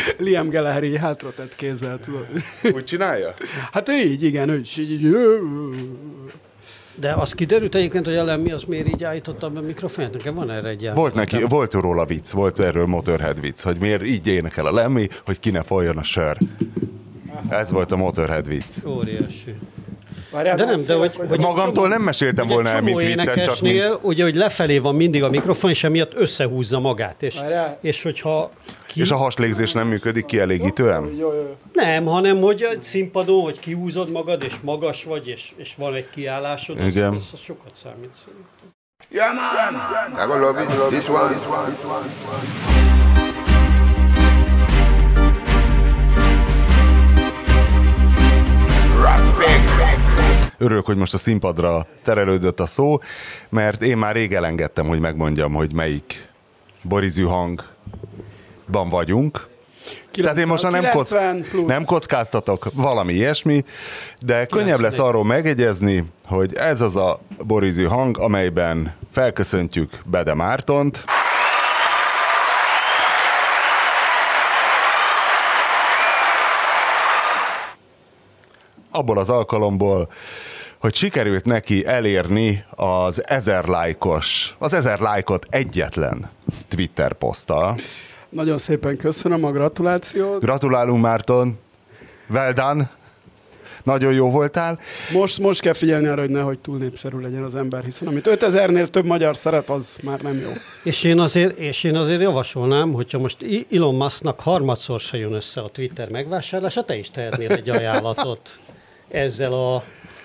Liam Gallagher így hátratett kézzel, tudod. Úgy csinálja? Hát ő így, igen, ő is így. De az kiderült egyébként, hogy a Lemmy az miért így állította be a mikrofont? Nekem van erre egy Volt róla vicc, volt erről Motorhead vicc, hogy miért így énekel a Lemmy, hogy ki ne folyjon a sör. Ez volt a Motorhead vicc. Óriási. Várjál, de nem, de hogy magamtól nem meséltem volna el, mint viccet, csak mint... Ugye, hogy lefelé van mindig a mikrofon, és emiatt összehúzza magát. És hogyha... És a haslégzés nem működik kielégítően? Nem, hanem hogy egy színpadon, hogy kihúzod magad, és magas vagy, és van egy kiállásod, az sokat számít szerintem. Yeah, man! I gonna love it, this one. Örülök, hogy most a színpadra terelődött a szó, mert én már rég elengedtem, hogy megmondjam, hogy melyik borizű hangban vagyunk. 90, tehát én most nem kockáztatok valami ilyesmi, de könnyebb lesz arról megegyezni, hogy ez az a borizű hang, amelyben felköszöntjük Bede Mártont. Abból az alkalomból, hogy sikerült neki elérni az 1000 lájkot egyetlen Twitter poszttal. Nagyon szépen köszönöm a gratulációt. Gratulálunk, Márton. Well done. Nagyon jó voltál. Most kell figyelni arra, hogy nehogy túl népszerű legyen az ember, hiszen amit 5000-nél több magyar szeret, az már nem jó. És én azért javasolnám, hogyha most Elon Musknak harmadszor se jön össze a Twitter megvásárlása, te is tehetnél egy ajánlatot ezzel a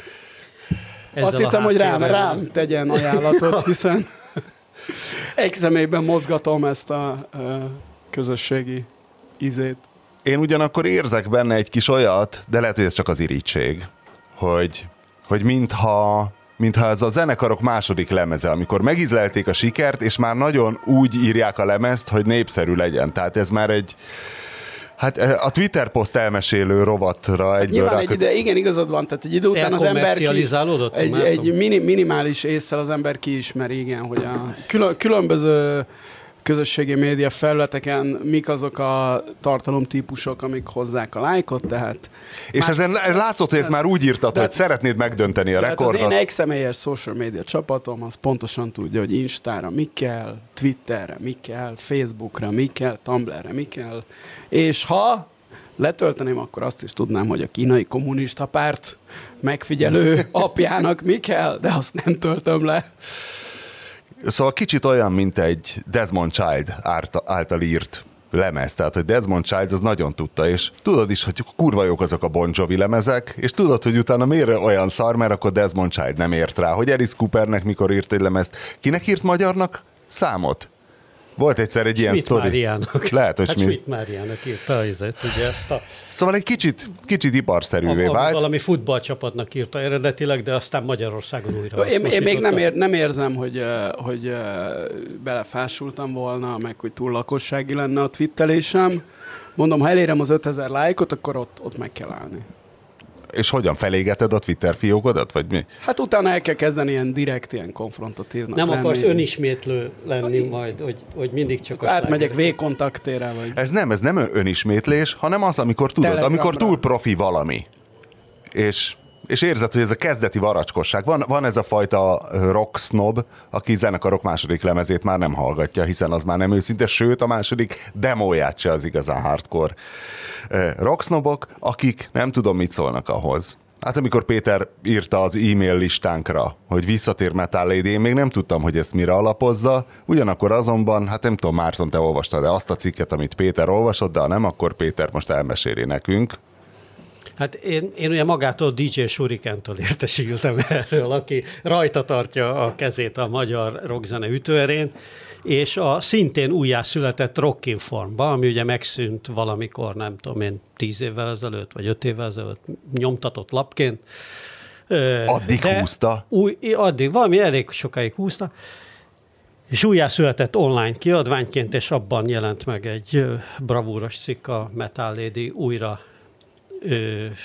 azt hittem, hogy rám tegyen ajánlatot, hiszen egy személyben mozgatom ezt a közösségi ízét. Én ugyanakkor érzek benne egy kis olyat, de lehet, hogy ez csak az irigység, hogy mintha ez a zenekarok második lemeze, amikor megízlelték a sikert, és már nagyon úgy írják a lemezt, hogy népszerű legyen. Tehát ez már egy... Hát a Twitter poszt elmesélő rovatra egyből nyilván igen, igazad van, tehát egy idő után az ember egy minimális ésszel az ember kiismeri, igen, hogy a különböző közösségi média felületeken mik azok a tartalomtípusok, amik hozzák a lájkot, tehát... És ezen látszott, hogy ez már úgy írtad, hogy szeretnéd megdönteni a rekordot. Az én egyszemélyes social media csapatom, az pontosan tudja, hogy Instára mi kell, Twitterre mi kell, Facebookra mi kell, Tumblrre mi kell, és ha letölteném, akkor azt is tudnám, hogy a kínai kommunista párt megfigyelő apjának mi kell, de azt nem töltöm le. Szóval kicsit olyan, mint egy Desmond Child által írt lemez. Tehát, hogy Desmond Child az nagyon tudta, és tudod is, hogy kurva jók azok a Bon Jovi lemezek, és tudod, hogy utána miért olyan szar, mert akkor Desmond Child nem ért rá, hogy Alice Coopernek mikor írt egy lemezt. Kinek írt magyarnak számot? Volt egyszer egy ilyen sztori. Máriának. Lehet, hogy Schmidt Máriának írta ugye ezt a... Szóval egy kicsit iparszerűvé vált. Valami futballcsapatnak írta eredetileg, de aztán Magyarországon újra. Én még nem érzem, hogy belefásultam volna, meg hogy túl lakossági lenne a twittelésem. Mondom, ha elérem az 5000 lájkot, akkor ott meg kell állni. És hogyan felégeted a Twitter fiókodat, vagy mi? Hát utána el kell kezdeni ilyen konfrontatívnak nem lenni. Akarsz önismétlő lenni majd, hogy mindig csak... Átmegyek V-kontaktére, vagy... Ez nem önismétlés, hanem az, amikor tudod, amikor túl profi valami. És érzed, hogy ez a kezdeti varacskosság. Van ez a fajta rock snob, aki zenekarok második lemezét már nem hallgatja, hiszen az már nem őszinte, sőt a második demóját se az igazán hardcore rock snobok, akik nem tudom, mit szólnak ahhoz. Hát amikor Péter írta az e-mail listánkra, hogy visszatér Metal Lady, én még nem tudtam, hogy ezt mire alapozza, ugyanakkor azonban, hát nem tudom, Márton, te olvastad azt a cikket, amit Péter olvasott, de ha nem, akkor Péter most elmeséli nekünk. Hát én ugye magától DJ Shurikentől értesültem erről, aki rajta tartja a kezét a magyar rockzene ütőerén, és a szintén újjászületett Rockinformba, ami ugye megszűnt valamikor, nem tudom én, 10 évvel ezelőtt, vagy 5 évvel ezelőtt nyomtatott lapként. Addig húzta? Addig, valami elég sokáig húzta, és újjászületett online kiadványként, és abban jelent meg egy bravúros cikk, a Metal Lady újra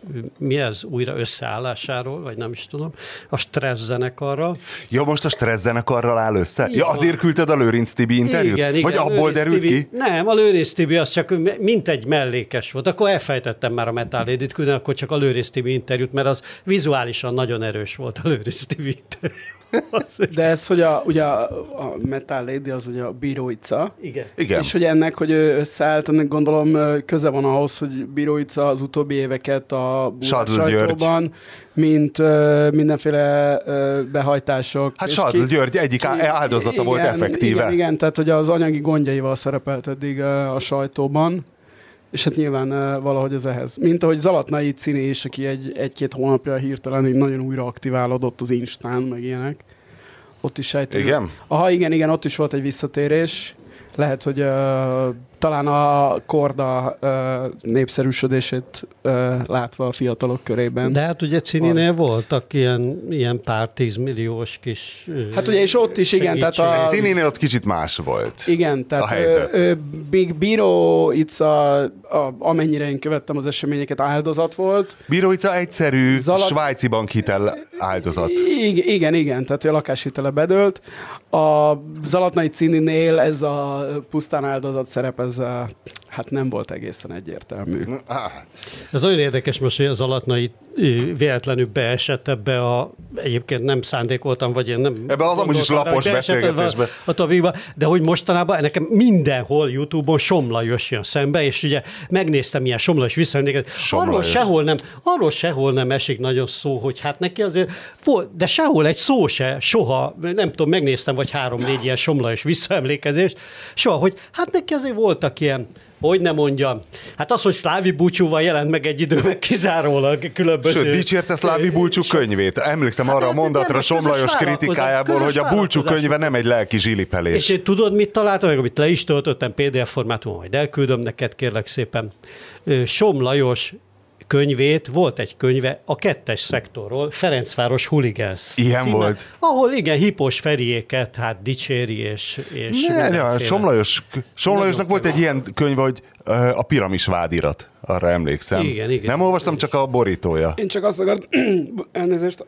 mi ez, újra összeállásáról, vagy nem is tudom, a Stressz zenekarral. Ja, most a Stressz zenekarral áll össze? Így ja, van. azért küldted a Lőrinc Tibi interjút? Igen, Vagy abból Lőrinc derült Tibi, ki? Nem, a Lőrinc Tibi az csak mint egy mellékes volt. Akkor elfejtettem már a Metal Lady-t küldeni, akkor csak a Lőrinc Tibi interjút, mert az vizuálisan nagyon erős volt a Lőrinc Tibi interjú. De ez, hogy ugye a Metal Lady az ugye a Bíróica. Igen. Igen. És hogy ennek, hogy ő összeállt, ennek gondolom köze van ahhoz, hogy Bíróica az utóbbi éveket a Sadl György. sajtóban, mint mindenféle behajtások. Hát és Sadl György egyik áldozata volt effektíve. Igen, tehát hogy az anyagi gondjaival szerepelt eddig a sajtóban, és hát nyilván valahogy ez ehhez. Mint ahogy Zalatnai Cini is, aki egy-két hónapja hirtelen így nagyon újra aktiválódott az Instán, meg ilyenek. Ott is sejteni. Igen? Aha, igen, ott is volt egy visszatérés. Lehet, hogy talán a Korda népszerűsödését látva a fiatalok körében. De hát ugye Cininél voltak ilyen pár 10 milliós kis hát ugye, és ott is igen, tehát a... Cininél ott kicsit más volt. Igen, a tehát helyzet. Bíróica, amennyire én követtem az eseményeket, áldozat volt. Bíróica egyszerű svájci bankhitel áldozat. Igen, tehát a lakáshitele bedőlt. A Zalatnai Cininél ez a pusztán áldozat szerep, ez hát nem volt egészen egyértelmű. Ez nagyon érdekes most, hogy az Zalatnai véletlenül beesett ebbe egyébként nem szándékoltam, vagy én nem... Ebbe az amúgy is lapos beszélgetésbe. De hogy mostanában nekem mindenhol YouTube-on Somm Lajos jön szembe, és ugye megnéztem ilyen Somm Lajos visszaemléket. Arról sehol nem esik nagyon szó, hogy hát neki azért volt, de sehol egy szó se, soha, nem tudom, megnéztem vagy 3-4 ilyen Somm Lajos visszaemlékezést, soha, hogy hát neki azért voltak ilyen, hogy nem mondjam. Hát az, hogy Szlávi Búcsúval jelent meg egy idő, meg kizárólag különböző... Sőt, dicsérte Szlávi Búcsú könyvét. Emlékszem arra a mondatra Somm Lajos kritikájából, hogy a Búcsú könyve nem egy lelki zsilipelés. És én tudod, mit találtam, meg amit le is töltöttem PDF formátumon, majd elküldöm neked, kérlek szépen. Somm Lajos könyvét, volt egy könyve a 2. szektorról, Ferencváros Hooligans. Ilyen címe, volt. Ahol igen, Hipos Feriéket hát dicséri, és Somm Lajosnak volt egy ilyen könyv, hogy a Piramis vádirat. Arra emlékszem. Igen. Nem olvastam, csak a borítója. Én csak azt akartam, elnézést,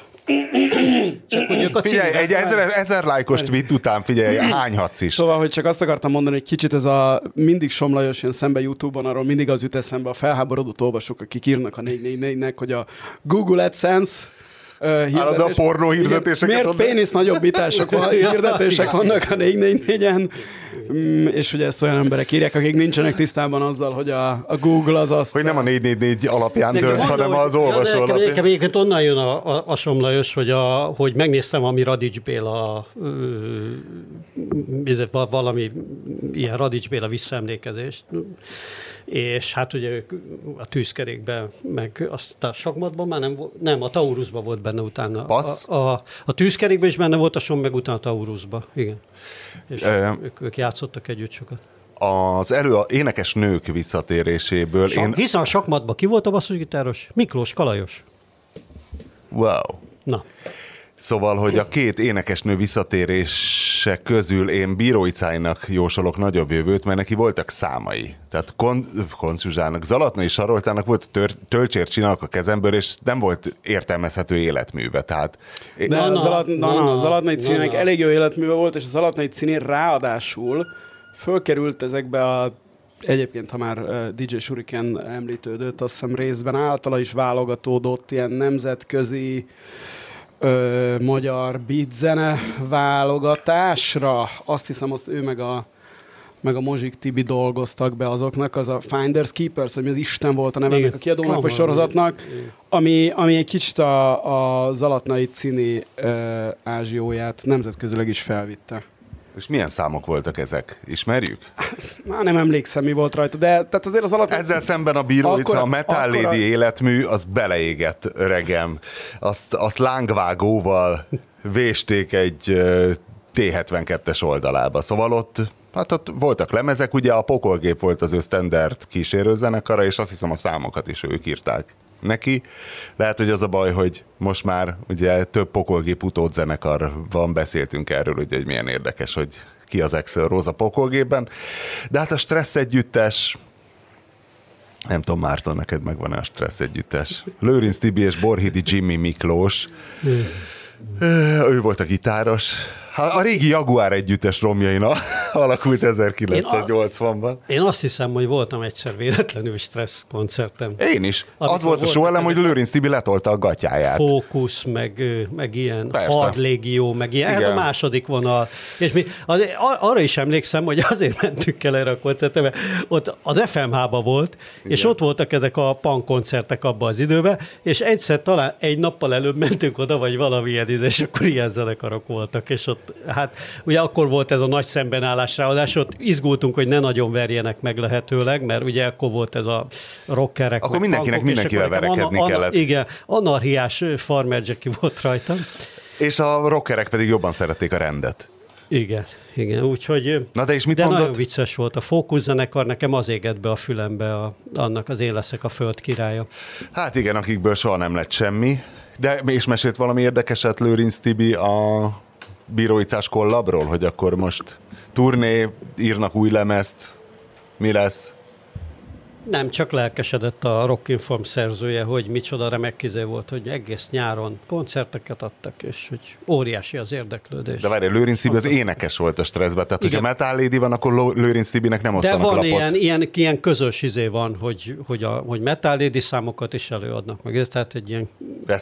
csak mondjuk a Figyelj, egy 1000 lájkos tweet után figyelj, hányhatsz is. Szóval, hogy csak azt akartam mondani, hogy kicsit ez mindig Somm Lajos jön szembe YouTube-on, arról mindig az jut eszembe a felháborodott olvasók, akik írnak a 444-nek, hogy a Google AdSense Állad a pornó hirdetéseket. Miért pénisz nagyobbítások hirdetések vannak a 444-en? És ugye ezt olyan emberek írják, akik nincsenek tisztában azzal, hogy a Google az azt... Hogy nem a 444 alapján dönt, hanem az olvasó alapján. Nekem egyébként onnan jön a Somm Lajos, hogy megnéztem, ami Radics Béla valami ilyen Radics Béla visszaemlékezést, és hát ugye ők a tűzkerékben, meg azt a sakmatban már nem, a Taurusban volt benne utána. A tűzkerékben is benne volt a Somm, meg utána a Taurusban, igen. És ők játszottak együtt sokat. Az énekes nők visszatéréséből... Hiszen a sakmatban ki volt a basszusgitáros? Miklós Kalajos. Wow. Na. Szóval, hogy a 2 énekesnő visszatérése közül én Bíróicának jósolok nagyobb jövőt, mert neki voltak számai. Tehát Konczuzsának, Zalatnai Saroltának volt Tölcsér csinálok a kezemből, és nem volt értelmezhető életműve. Tehát... a Zalatnai Cininek elég jó életműve volt, és a Zalatnai Cini ráadásul fölkerült ezekbe egyébként, ha már DJ Shuriken említődött, azt hiszem részben általa is válogatódott ilyen nemzetközi magyar beatzene válogatásra. Azt hiszem, azt ő meg a Mozsik Tibi dolgoztak be azoknak, az a Finders Keepers, hogy mi az Isten volt a nevenek a kiadónak, vagy sorozatnak, ami egy kicsit a Zalatnai Cini ázsióját nemzetközileg is felvitte. És milyen számok voltak ezek? Ismerjük? Már nem emlékszem, mi volt rajta, de tehát azért az alatt... Ezzel szemben a Bíróica, a Metal Lady életmű, az beleégett, öregem. Azt lángvágóval vésték egy T-72-es oldalába. Szóval ott voltak lemezek, ugye a Pokolgép volt az ő standard kísérőzenekara, és azt hiszem a számokat is ők írták neki. Lehet, hogy az a baj, hogy most már ugye több Pokolgép utódzenekar van, beszéltünk erről, ugye, hogy milyen érdekes, hogy ki az Axl Rose a Pokolgépben. De hát a Stressz együttes Nem tudom, Márton, neked megvan a Stressz együttes. Lőrinc Tibi és Borhidi Jimmy Miklós. Ő volt a gitáros. A régi Jaguar együttes romjain alakult 1980-ban. Én azt hiszem, hogy voltam egyszer véletlenül Stressz koncerten. Én is. Az volt a sóelem, hogy Lőrinc Tibi letolta a gatyáját. Fókusz, meg ilyen Persze. Hard Légió, meg ilyen. Igen. Ez a második vonal. És mi arra is emlékszem, hogy azért mentünk el erre a koncertre, mert ott az FMH-ba volt, igen. És ott voltak ezek a punk koncertek abban az időben, és egyszer talán egy nappal előbb mentünk oda, vagy valamilyen ide, és akkor ilyen zenekarok voltak, és ott hát ugye akkor volt ez a nagy szembenállás, ráadásul ott izgultunk, hogy ne nagyon verjenek meg lehetőleg, mert ugye akkor volt ez a rockerek. Akkor mindenkivel verekedni kellett. Igen, anarchiás Farmer Jackie volt rajta. És a rockerek pedig jobban szerették a rendet. Igen, úgyhogy... Na de és mit de mondott? Nagyon vicces volt. A Fókusz zenekar, nekem az égett be a fülembe annak az Én leszek a föld királya. Hát igen, akikből soha nem lett semmi. De és mesélt valami érdekeset Lőrinc Tibi a Bíróicás kollabról, hogy akkor most turné, írnak új lemezt, mi lesz? Nem, csak lelkesedett a Rock Inform szerzője, hogy micsoda remek kizé volt, hogy egész nyáron koncerteket adtak, és hogy óriási az érdeklődés. De várj, Lőrinc Tibi az énekes volt a Stresszben, tehát hogyha Metal Lady van, akkor Lőrinc Tibinek nem osztanak lapot. De van ilyen közös van, hogy Metal Lady számokat is előadnak meg, tehát egy ilyen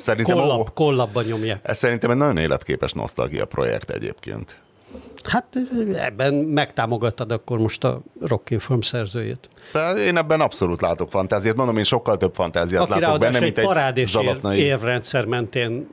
kollabban nyomják. Ez szerintem egy nagyon életképes nosztalgia projekt egyébként. Hát ebben megtámogattad akkor most a Rock Inform szerzőjét. De én ebben abszolút látok fantáziát. Mondom, én sokkal több fantáziát aki látok benne, mint egy parád és zalatnai. évrendszer mentén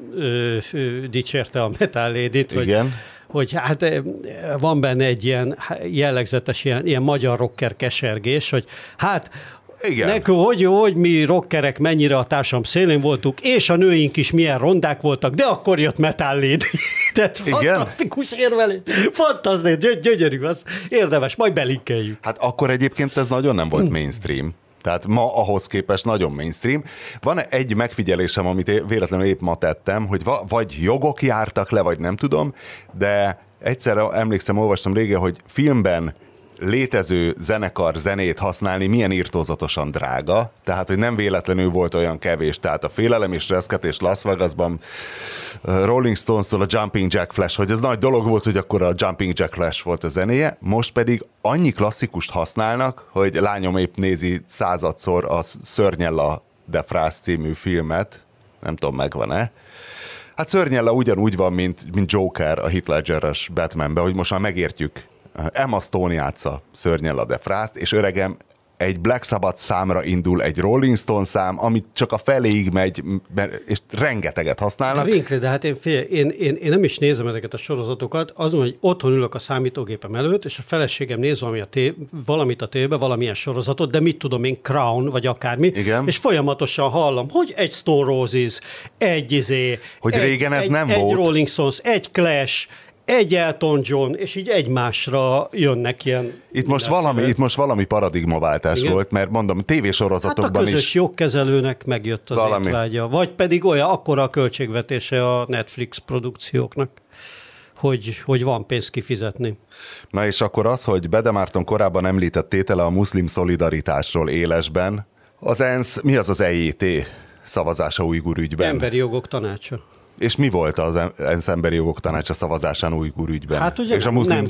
dicsérte a Metal Lady-t, hogy hát van benne egy ilyen jellegzetes ilyen magyar rocker kesergés, hogy hát nekünk, hogy mi rockerek mennyire a társam szélén voltunk, és a nőink is milyen rondák voltak, de akkor jött Metal Lady. Tehát fantasztikus érvelés. Fantasztikus, gyönyörű, az érdemes, majd belinkeljük. Hát akkor egyébként ez nagyon nem volt mainstream. Tehát ma ahhoz képest nagyon mainstream. Van egy megfigyelésem, amit véletlenül épp ma tettem, hogy vagy jogok jártak le, vagy nem tudom, de egyszer emlékszem, olvastam régen, hogy filmben létező zenekar zenét használni milyen irtózatosan drága, tehát hogy nem véletlenül volt olyan kevés, tehát a Félelem és Reszketés Las Vegasban Rolling Stones-tól a Jumping Jack Flash, hogy ez nagy dolog volt, hogy akkor a Jumping Jack Flash volt a zenéje, most pedig annyi klasszikust használnak, hogy lányom épp nézi 100-szor a Szörnyella de Frasz című filmet, nem tudom, megvan-e. Hát Szörnyella ugyanúgy van, mint Joker a Heath Ledger-es Batmanben, hogy most már megértjük. Emma Stone játsza Szörnyella de Frászt, és öregem, egy Black Sabbath számra indul egy Rolling Stone szám, amit csak a feléig megy, és rengeteget használnak. De hát én nem is nézem ezeket a sorozatokat, azon, hogy otthon ülök a számítógépem előtt, és a feleségem néz valamit a tévében, valamilyen sorozatot, de mit tudom én, Crown, vagy akármi, igen. És folyamatosan hallom, hogy egy Stone Roses, hogy régen ez nem egy volt. Rolling Stones, egy Clash, egy Elton John, és így egymásra jönnek ilyen... Itt most valami paradigmaváltás volt, mert mondom, tévésorozatokban is... Hát a közös jogkezelőnek megjött az étvágya. Vagy pedig olyan akkora a költségvetése a Netflix produkcióknak, hogy van pénz kifizetni. Na és akkor az, hogy Bede Márton korábban említett tétele a muszlim szolidaritásról élesben, az ENSZ, mi az EJT szavazása ujgur ügyben? Emberi jogok tanácsa. És mi volt az ENSZ Emberi Jogok Tanácsa szavazásán ujgur ügyben? Hát ugye nem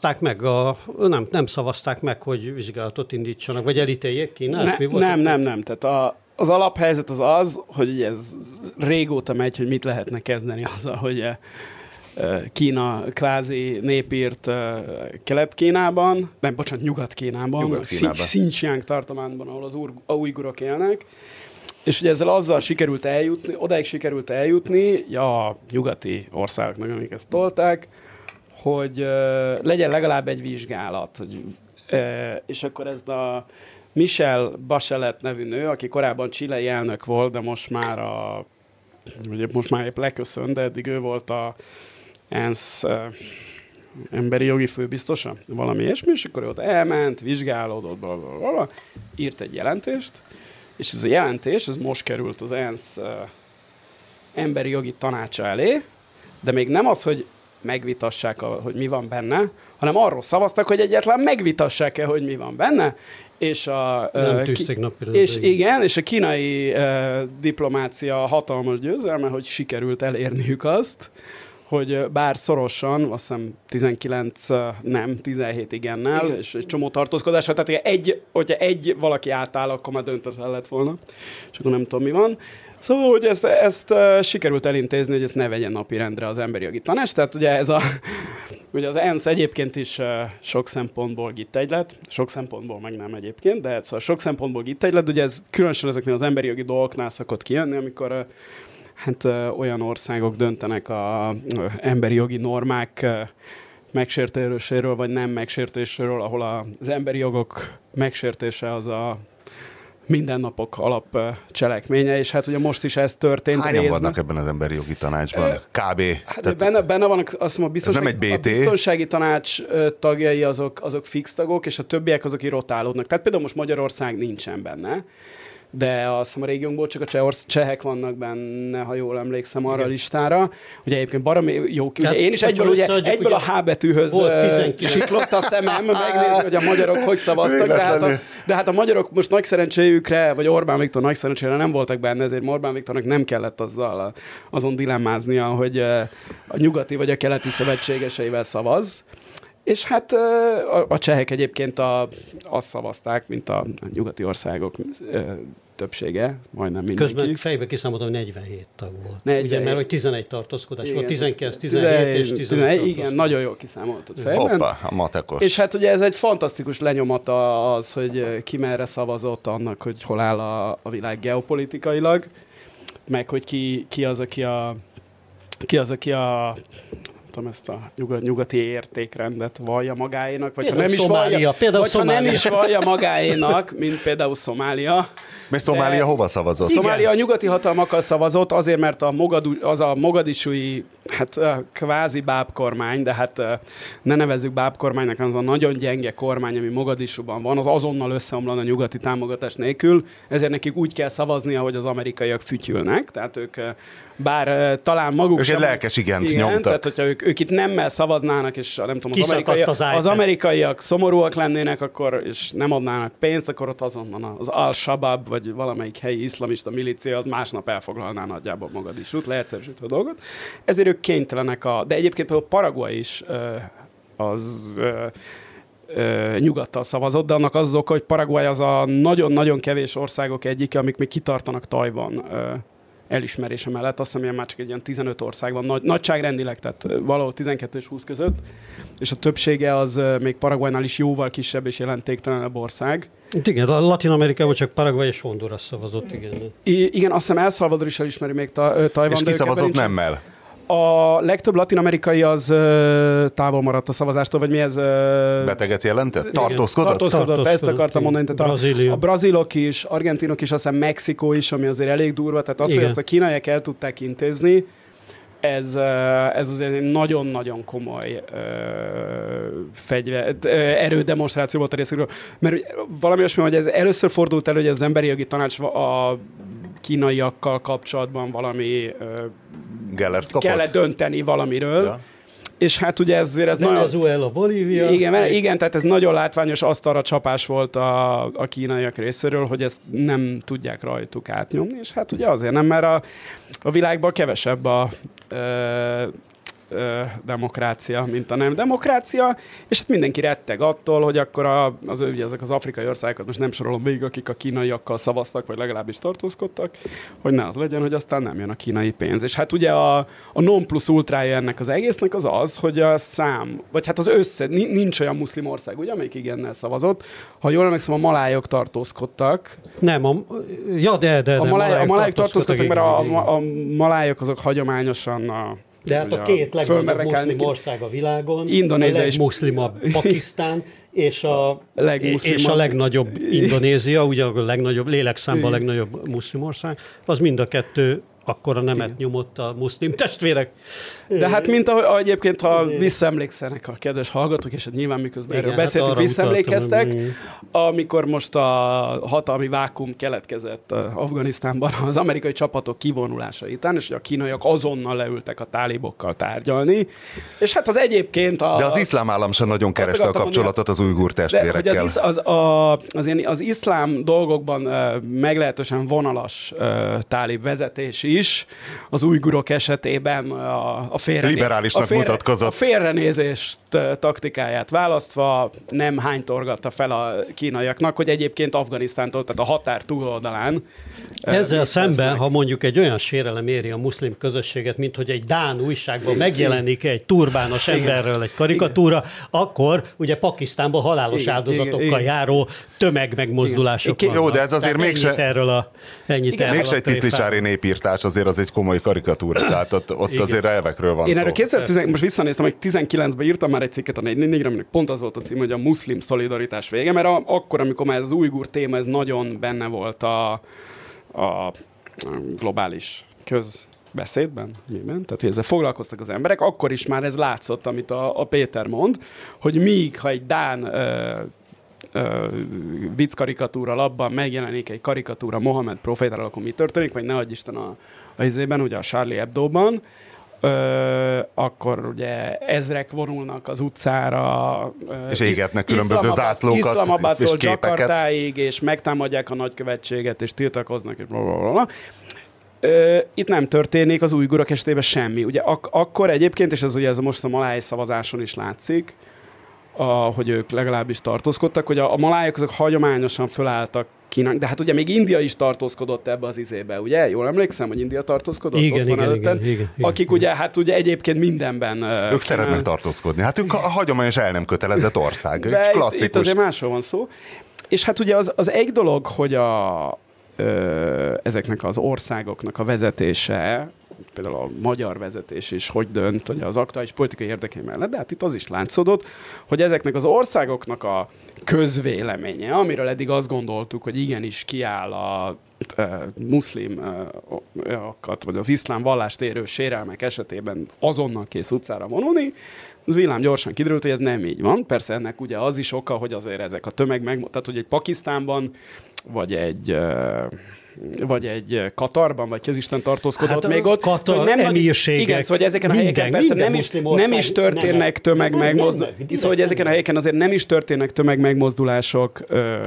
szavazták meg, hogy vizsgálatot indítsanak, vagy elítéljék Kínát? Nem. Tehát az alaphelyzet az, hogy ugye ez régóta megy, hogy mit lehetne kezdeni azzal, hogy Kína kvázi népírt Kelet-Kínában, Nyugat-Kínában, Xinjiang tartományban, ahol az ujgurok élnek. És ugye ezzel azzal odáig sikerült eljutni, a nyugati országoknak, amik ezt tolták, hogy legyen legalább egy vizsgálat. És akkor ezt a Michelle Bachelet nevű nő, aki korábban chilei elnök volt, de most már épp leköszönt, de eddig ő volt a ENSZ emberi jogi főbiztosa, valami ilyesmi, és akkor ő ott elment, vizsgálódott, blablabla, írt egy jelentést, és ez a jelentés, ez most került az ENSZ emberi jogi tanácsa elé, de még nem az, hogy megvitassák, hogy mi van benne, hanem arról szavaztak, hogy egyáltalán megvitassák-e, hogy mi van benne. És nem tűzték napirendre. És igen, és a kínai diplomácia hatalmas győzelme, hogy sikerült elérniük azt, hogy bár szorosan, azt hiszem 17 igennel, és egy csomó tartózkodásra, tehát hogyha egy valaki átáll, akkor már döntetlen lett volna, és akkor nem tudom, mi van. Szóval, hogy ezt sikerült elintézni, hogy ezt ne vegyen napirendre az Emberi Jogi Tanács, tehát ugye ugye az ENSZ egyébként is sok szempontból gittegylet, sok szempontból meg nem egyébként, de szóval sok szempontból gittegylet, ugye ez különösen ezeknél az emberi jogi dolgoknál szokott kijönni, amikor olyan országok döntenek az emberi jogi normák megsértéséről, vagy nem megsértéséről, ahol az emberi jogok megsértése az a mindennapok alapcselekménye, és hát ugye most is ez történt. Hányan vannak ebben az emberi jogi tanácsban? Kb. Hát benne vannak, azt mondom, a biztonsági tanács tagjai azok fix tagok, és a többiek azok rotálódnak. Tehát például most Magyarország nincsen benne, de azt hiszem a régiónkból csak a csehek vannak benne, ha jól emlékszem arra a listára. Ugye egyébként baromi jó, ugye én is egyből a H betűhöz siklott a szemem, megnézni, hogy a magyarok hogy szavaztak, de hát a magyarok most nagy szerencséjükre, vagy Orbán Viktor nagy szerencsére nem voltak benne, ezért Orbán Viktornak nem kellett azon dilemmáznia, hogy a nyugati vagy a keleti szövetségeseivel szavaz. És hát a csehek egyébként azt szavazták, mint a nyugati országok többsége, majdnem mindenki. Közben fejbe kiszámoltam, hogy 47 tag volt. Ugye, mert hogy 11 tartózkodás volt, 19, 17 és 11 igen, nagyon jól kiszámoltad fejben. Hoppá, a matekos. És hát ugye ez egy fantasztikus lenyomata az, hogy ki merre szavazott annak, hogy hol áll a világ geopolitikailag, meg hogy ki az, aki ezt a nyugati értékrendet vallja magáénak, vagy ha nem is vallja magáénak, mint például Szomália. Mert Szomália hova szavazott? Szomália a nyugati hatalmakkal szavazott, azért, mert az a mogadisui, hát kvázi bábkormány, de hát ne nevezzük bábkormánynak, hanem az a nagyon gyenge kormány, ami Mogadisúban van, az azonnal összeomlan a nyugati támogatás nélkül, ezért nekik úgy kell szavaznia, hogy az amerikaiak fütyülnek, tehát ők bár talán maguk sem... Ők egy lelkes igent nyomtak. Tehát, hogyha ők itt nemmel szavaznának, és nem tudom, az amerikaiak szomorúak lennének, akkor, és nem adnának pénzt, akkor ott azonnal az Al-Shabaab, vagy valamelyik helyi iszlamista milícia, az másnap elfoglalná nagyjából Mogadisút, leegyszerűsítve a dolgot. Ezért ők kénytelenek de egyébként például Paraguay is nyugattal szavazott, de annak az oka, hogy Paraguay az a nagyon-nagyon kevés országok egyike, amik még kitartanak Tajvan elismerése mellett. Azt hiszem, már csak egy ilyen 15 ország van, nagyságrendileg, tehát valahol 12 és 20 között, és a többsége az még Paraguaynál is jóval kisebb és jelentéktelenebb ország. Igen, a Latin-Amerikában csak Paraguay és Honduras szavazott, igen. Igen, azt hiszem El Salvador is elismeri még Tajvan. És ki szavazott nemmel? A legtöbb latin-amerikai az távol maradt a szavazástól, vagy mi ez? Beteget jelentett? Tartózkodott? Ezt akartam mondani. A brazilok is, argentinok is, aztán Mexikó is, ami azért elég durva. Tehát az, hogy ezt a kínaiak el tudták intézni, ez azért egy nagyon-nagyon komoly erődemonstráció volt a részükről. Mert valami olyasmi, hogy ez először fordult elő, hogy az Emberi Jogi Tanács a kínaiakkal kapcsolatban valami kellett dönteni valamiről. Ja. És hát ugye ez Venezuela, Bolívia. Igen, tehát ez nagyon látványos asztalra csapás volt a kínaiak részéről, hogy ezt nem tudják rajtuk átnyomni, és hát ugye azért nem, mert a világban kevesebb a demokrácia, mint a nem demokrácia, és hát mindenki retteg attól, hogy akkor ugye ezek az afrikai országokat most nem sorolom végig, akik a kínaiakkal szavaztak, vagy legalábbis tartózkodtak, hogy ne az legyen, hogy aztán nem jön a kínai pénz. És hát ugye a non plus ultrája ennek az egésznek az, hogy a szám, vagy hát az nincs olyan muszlim ország, ugye, amelyik igennel szavazott. Ha jól emlékszem, a malájok tartózkodtak. Nem, a malájok tartózkodtak, mert a malájok azok hagyományosan de hát a két legnagyobb muszlim ország a világon, Indonézia a legmuszlimabb Pakisztán, és a legnagyobb Indonézia, ugye a legnagyobb lélekszámban a legnagyobb muszlim ország, az mind a kettő akkora nemet nyomott a muszlim testvérek. De hát mint ahogy egyébként, ha visszaemlékszenek a kedves hallgatók, és nyilván miközben erről beszéltünk, visszaemlékeztek, amikor most a hatalmi vákum keletkezett Afganisztánban az amerikai csapatok kivonulása után, és hogy a kínaiak azonnal leültek a tálibokkal tárgyalni, és hát az egyébként De az iszlám állam sem nagyon kereste a kapcsolatot az ujgur testvérekkel. Az iszlám dolgokban meglehetősen vonalas tálib vezetés is, az ujgurok esetében a félrenézést taktikáját választva nem hánytorgatta fel a kínaiaknak, hogy egyébként Afganisztántól, tehát a határ túloldalán. Ezzel szemben, ha mondjuk egy olyan sérelem éri a muszlim közösséget, mint hogy egy dán újságban megjelenik egy turbános emberről egy karikatúra, akkor ugye Pakisztánban halálos áldozatokkal járó tömegmegmozdulások vannak. Jó, de ez azért mégse mégse egy tiszlicsári népírtás, azért az egy komoly karikatúra, tehát ott azért elvekről van szó. Én erről 2010, most visszanéztem, hogy 19-ben írtam már egy cikket a 444-re, aminek pont az volt a cím, hogy a muszlim szolidaritás vége, mert akkor, amikor már ez az ujgur téma, ez nagyon benne volt a globális közbeszédben, miben? Tehát, hogy ezzel foglalkoztak az emberek, akkor is már ez látszott, amit a Péter mond, hogy míg, ha egy dán vicc karikatúra labban megjelenik egy karikatúra Mohamed profétáról, akkor mi történik, vagy ne adj Isten a izében, ugye a Charlie Hebdo-ban, akkor ugye ezrek vonulnak az utcára, és égetnek különböző zászlókat, Iszlamabadtól és képeket. Jakartáig, és megtámadják a nagykövetséget, és tiltakoznak, és blablabla. Itt nem történik az ujgurok esetében semmi. Ugye akkor egyébként, és ez ugye ez most a maláj szavazáson is látszik, hogy ők legalábbis tartózkodtak, hogy a malájok azok hagyományosan fölálltak Kínának, de hát ugye még India is tartózkodott ebbe az izébe, ugye? Jól emlékszem, hogy India tartózkodott? Igen. Akik ugye, hát ugye egyébként mindenben... Ők szeretnek tartózkodni. Hát ők a hagyományos el nem kötelezett ország. De klasszikus. itt azért másról van szó. És hát ugye az egy dolog, hogy ezeknek az országoknak a vezetése, például a magyar vezetés is hogy dönt, hogy az aktuális politikai érdekei mellett, de hát itt az is látszódott, hogy ezeknek az országoknak a közvéleménye, amiről eddig azt gondoltuk, hogy igenis kiáll a muszlimokat, vagy az iszlám vallást érő sérelmek esetében azonnal kész utcára vonulni, az villám gyorsan kiderült, hogy ez nem így van. Persze ennek ugye az is oka, hogy azért ezek a tehát hogy egy Pakisztánban, vagy egy Katarban, vagy kezisten tartózkodott hát még ott. Katar, szóval nem emírségek, igen, szóval ezeken a helyeken persze nem is történnek tömegmegmozdulások. Szóval hogy ezeken a helyeken azért nem is történnek tömegmegmozdulások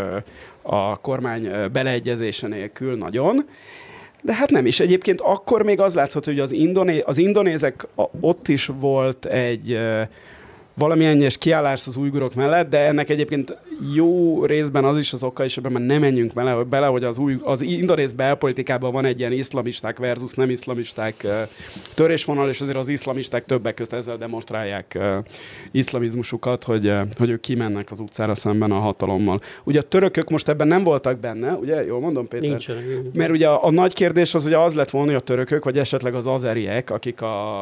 a kormány beleegyezése nélkül nagyon. De hát nem is. Egyébként akkor még az látszott, hogy az indonézek ott is volt egy valamilyen kiállás az ujgurok mellett, de ennek egyébként jó részben az is az oka, és ebben már nem menjünk bele, hogy az indonéz belpolitikában van egy ilyen iszlamisták versus nem iszlamisták törésvonal, és azért az iszlamisták többek között ezzel demonstrálják iszlamizmusukat, hogy ők kimennek az utcára szemben a hatalommal. Ugye a törökök most ebben nem voltak benne, ugye? Jól mondom, Péter? Nincsenek. Mert ugye a nagy kérdés az ugye az lett volna, hogy a törökök, vagy esetleg az azeriek, akik a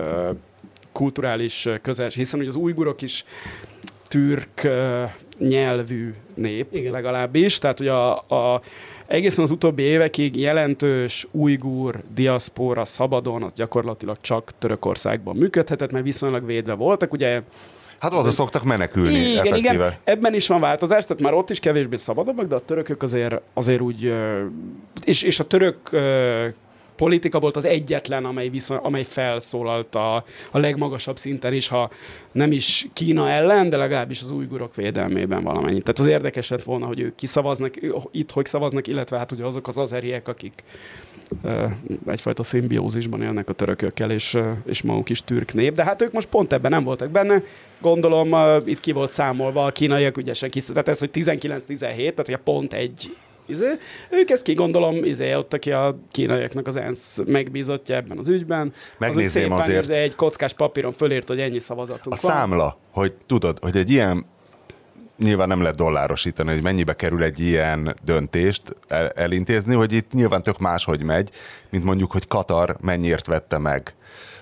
kulturális közelség, hiszen ugye az ujgurok is türk nyelvű nép, igen, legalábbis, tehát ugye egészen az utóbbi évekig jelentős ujgur diaszpóra szabadon, az gyakorlatilag csak Törökországban működhetett, mert viszonylag védve voltak, ugye. Hát oda szoktak menekülni, igen, effektíve. Igen, ebben is van változás, tehát már ott is kevésbé szabadabbak, de a törökök azért úgy, és a török politika volt az egyetlen, amely felszólalt a legmagasabb szinten is, ha nem is Kína ellen, de legalábbis az ujgurok védelmében valamennyit. Tehát az érdekes lett volna, hogy ők itt hogy szavaznak, illetve hát ugye azok az azeriek, akik egyfajta szimbiózisban élnek a törökökkel, és maguk is türk nép, de hát ők most pont ebben nem voltak benne. Gondolom itt ki volt számolva a kínaiak ügyesen tehát ez, hogy 19-17, tehát ugye pont egy ők ezt kigondolom, ott aki a kínaiaknak az ENSZ megbízottja ebben az ügyben. Megnézném azért. Egy kockás papíron fölírt, hogy ennyi szavazatunk van. A számla, hogy tudod, hogy egy ilyen, nyilván nem lehet dollárosítani, hogy mennyibe kerül egy ilyen döntést elintézni, hogy itt nyilván tök máshogy megy, mint mondjuk, hogy Katar mennyiért vette meg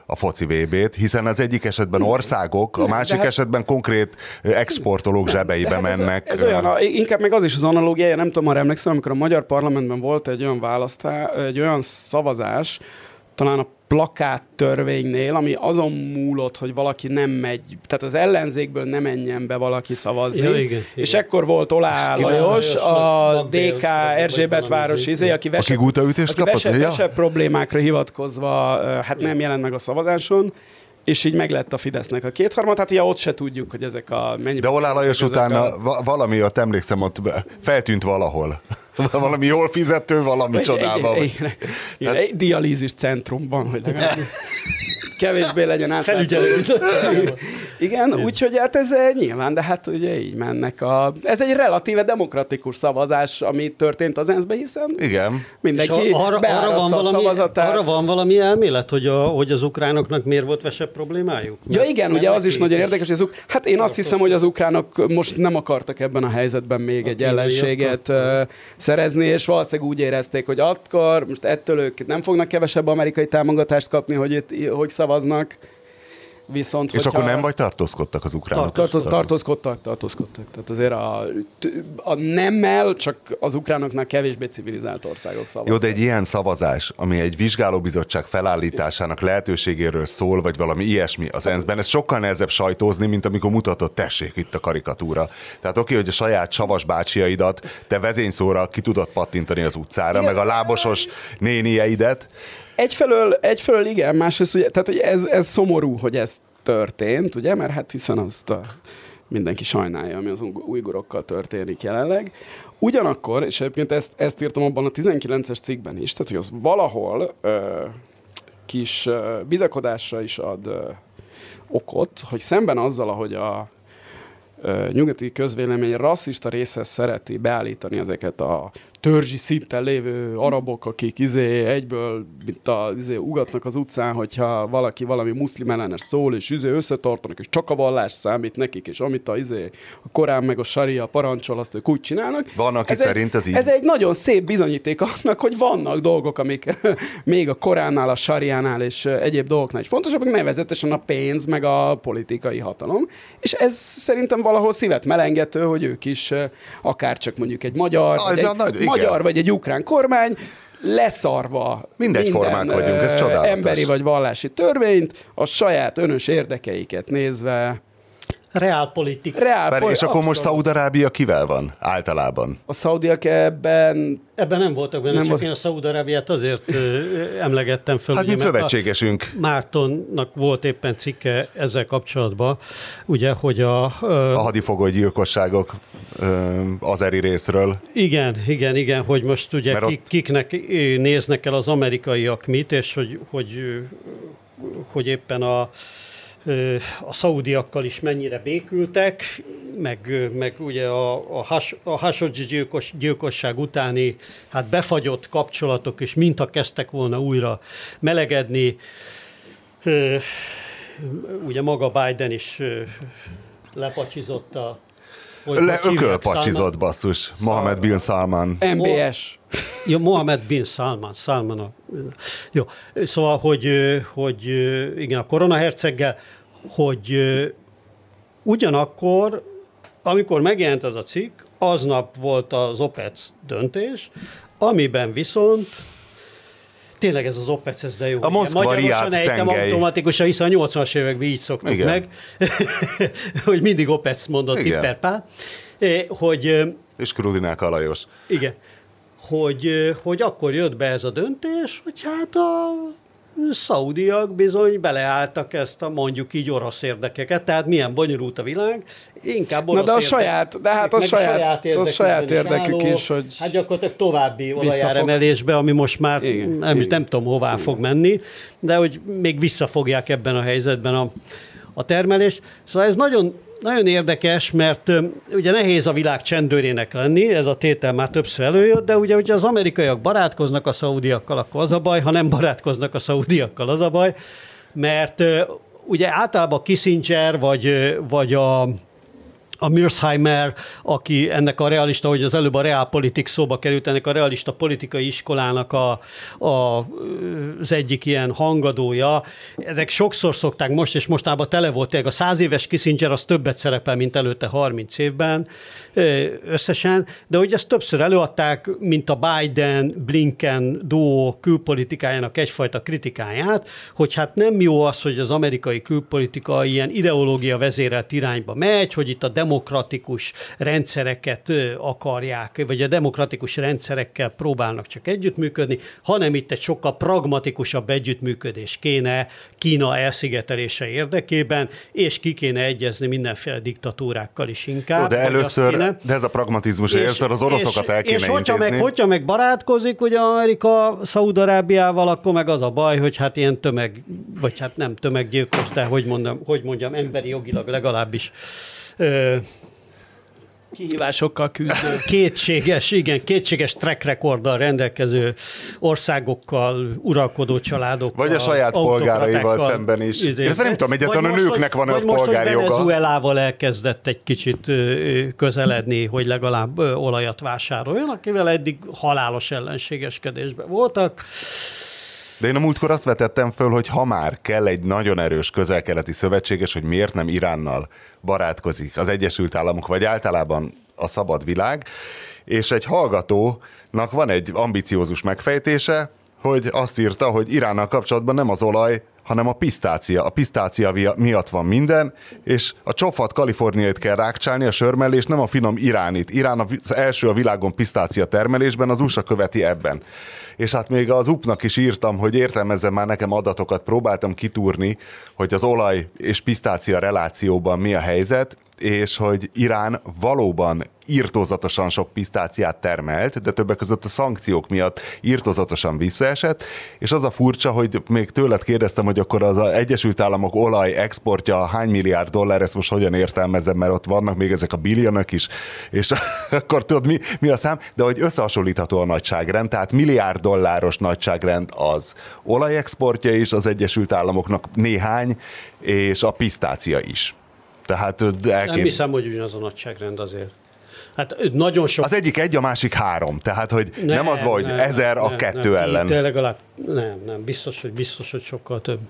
a foci VB-t, hiszen az egyik esetben országok, a másik esetben konkrét exportolók zsebeibe mennek. Ez olyan, inkább meg az is az analógiája, nem tudom, arra emlékszem, amikor a magyar parlamentben volt egy olyan egy olyan szavazás, talán a plakát törvénynél, ami azon múlott, hogy valaki nem megy, tehát az ellenzékből nem menjen be valaki szavazni. Ja, igen. És ekkor volt Olá Lajos, a DK Erzsébetvárosi aki vesebb problémákra hivatkozva hát nem jelent meg a szavazáson, és így meglett a Fidesznek a kétharmad, hát ugye ott se tudjuk, hogy ezek a mennyi... De Olá Lajos utána valami, ott emlékszem, ott feltűnt valahol. Valami jól fizető, valami csodában. Egy dialízis centrumban, hogy legalább kevésbé legyen átlátszó. Igen, úgyhogy hát ez nyilván, de hát ugye így mennek ez egy relatíve demokratikus szavazás, ami történt az ENSZ-ben, hiszen igen. Mindenki beárazta a szavazatát. Arra van valami elmélet, hogy az ukránoknak miért volt vesebb problémájuk? Ja igen, ugye az is nagyon érdekes, hogy hát én azt hiszem, hogy az ukránok most nem akartak ebben a helyzetben még egy ellenséget szerezni, és valószínűleg úgy érezték, hogy akkor most ettől ők nem fognak kevesebb amerikai támogatást kapni, hogy szavaznak. Viszont, és akkor nem vagy tartózkodtak az ukránok? Tartózkodtak. Tehát azért a nemmel csak az ukránoknál kevésbé civilizált országok szavaztak. Jó, de egy ilyen szavazás, ami egy vizsgálóbizottság felállításának lehetőségéről szól, vagy valami ilyesmi az ENSZ-ben, ez sokkal nehezebb sajtózni, mint amikor mutatod, tessék itt a karikatúra. Tehát oké, hogy a saját savas bácsiaidat te vezényszóra ki tudod pattintani az utcára, igen, meg a lábosos nénieidet. Egyfelől igen, másrészt ugye, tehát ez szomorú, hogy ez történt, ugye, mert hát hiszen azt mindenki sajnálja, ami az ujgurokkal történik jelenleg. Ugyanakkor, és egyébként ezt írtam abban a 19-es cikkben is, tehát hogy az valahol kis bizakodásra is ad okot, hogy szemben azzal, ahogy a nyugati közvélemény rasszista részhez szereti beállítani ezeket a törzsi szinten lévő arabok, akik egyből ugatnak az utcán, hogyha valaki valami muszlim ellenes szól, és összetartanak, és csak a vallás számít nekik, és amit a Korán meg a saria parancsol, azt ők úgy csinálnak. Van, aki szerint ez így. Ez egy nagyon szép bizonyíték annak, hogy vannak dolgok, amik még a Koránnál, a sariánál és egyéb dolgoknál is fontosabbak, nevezetesen a pénz, meg a politikai hatalom. És ez szerintem valahol szívet melengető, hogy ők is akár csak mondjuk egy magyar vagy egy ukrán kormány leszarva minden vagyunk, ez csodálatos. Emberi vagy vallási törvényt, a saját önös érdekeiket nézve. Reálpolitika. És akkor most Szaúd-Arábia kivel van általában? A szaudiak ebben nem voltak benne, csak én a Szaúd-Arábiát azért emlegettem föl. Hát mint szövetségesünk. Mártonnak volt éppen cikke ezzel kapcsolatban, ugye, hogy a hadifogoly gyilkosságok azeri részről. Igen, hogy most ugye kiknek néznek el az amerikaiak mit, és hogy éppen a szaudiakkal is mennyire békültek, meg ugye a Khashoggi gyilkosság utáni befagyott kapcsolatok is mintha kezdtek volna újra melegedni. Ugye maga Biden is lepacsizott ökölpacsizott basszus. Mohammed bin Salman. MBS. Ja, Mohammed bin Salman. Jó, szóval, hogy igen, a koronaherceggel, hogy ugyanakkor, amikor megjelent ez a cikk, aznap volt az OPEC döntés, amiben viszont tényleg ez az OPEC, ez de jó. A Moszkva-Riád tengely. Automatikusan, hiszen a 80-as években így szoktuk igen. meg, hogy mindig OPEC mondott Tipper Pál. És Krudinák Alajos. Igen. Hogy akkor jött be ez a döntés, hogy hát a szaudiak bizony beleálltak ezt a mondjuk így orosz érdekeket, tehát milyen bonyolult a világ, inkább orosz a saját érdekük is, hogy hát gyakorlatilag további olajáremelésbe, ami most már nem tudom hová fog menni, de hogy még visszafogják ebben a helyzetben a termelést. Szóval ez nagyon, nagyon érdekes, mert ugye nehéz a világ csendőrének lenni, ez a tétel már többször előjött, de ugye, hogyha az amerikaiak barátkoznak a szaudiakkal, akkor az a baj, ha nem barátkoznak a szaudiakkal, az a baj, mert ugye általában Kissinger vagy a Mearsheimer, aki ennek a realista, hogy az előbb a Realpolitik szóba került, ennek a realista politikai iskolának az egyik ilyen hangadója. Ezek sokszor szokták most, és mostában tele volt, a 100 éves Kissinger az többet szerepel, mint előtte 30 évben összesen, de hogy ezt többször előadták, mint a Biden-Blinken duó külpolitikájának egyfajta kritikáját, hogy hát nem jó az, hogy az amerikai külpolitika ilyen ideológia vezérelt irányba megy, hogy itt a demokratikus rendszereket akarják, vagy a demokratikus rendszerekkel próbálnak csak együttműködni, hanem itt egy sokkal pragmatikusabb együttműködés kéne Kína elszigetelése érdekében, és ki kéne egyezni mindenféle diktatúrákkal is inkább. Jó, de először, de ez a pragmatizmus, először az oroszokat el kéne intézni. Hogyha meg barátkozik ugye Amerika Szaúd-Arábiával, akkor meg az a baj, hogy hát ilyen vagy hát nem tömeggyilkos, de hogy mondjam, emberi jogilag legalábbis kihívásokkal küzdő. Kétséges track recorddal rendelkező országokkal, uralkodó családokkal. Vagy a saját polgáraival szemben is. Ez nem tudom, egyáltalán a nőknek van ott polgári joga. Venezuelával elkezdett egy kicsit közeledni, hogy legalább olajat vásároljon, akivel eddig halálos ellenségeskedésben voltak. De én a múltkor azt vetettem föl, hogy ha már kell egy nagyon erős közel-keleti szövetséges, hogy miért nem Iránnal barátkozik az Egyesült Államok, vagy általában a szabad világ, és egy hallgatónak van egy ambiciózus megfejtése, hogy azt írta, hogy Iránnal kapcsolatban nem az olaj, hanem a pisztácia. A pisztácia miatt van minden, és a csofat kaliforniait kell rákcsálni, a sör mellé, és nem a finom iránit. Irán az első a világon pisztácia termelésben, az USA követi ebben. És hát még az UP-nak is írtam, hogy értelmezzem már nekem adatokat, próbáltam kitúrni, hogy az olaj és pisztácia relációban mi a helyzet, és hogy Irán valóban irtózatosan sok pisztáciát termelt, de többek között a szankciók miatt irtózatosan visszaesett, és az a furcsa, hogy még tőled kérdeztem, hogy akkor az Egyesült Államok olaj exportja hány milliárd dollár, ezt most hogyan értelmezem, mert ott vannak még ezek a billionok is, és akkor tudod, mi a szám, de hogy összehasonlítható a nagyságrend, tehát milliárd dolláros nagyságrend az olajexportja is az Egyesült Államoknak néhány, és a pisztácia is. Tehát nem hiszem, hogy ugyanaz a nagyságrend azért. Hát nagyon sok... Az egyik egy, a másik 3. Tehát, hogy nem az volt, hogy 1000 a 2 ellen. De legalább nem. Biztos, hogy sokkal több.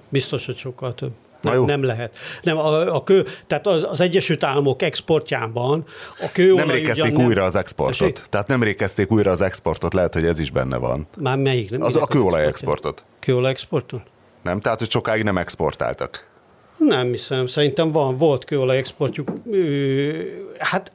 Nem lehet. Nem, tehát az Egyesült Államok exportjában a kőolaj... Nemrég kezdték újra az exportot. Tehát nemrég kezdték újra az exportot, lehet, hogy ez is benne van. Már melyik? Nem? A kőolaj exportot. Kőolaj exportot? Nem, tehát, hogy sokáig nem exportáltak. Nem hiszem, szerintem volt kőolaj exportjuk. Hát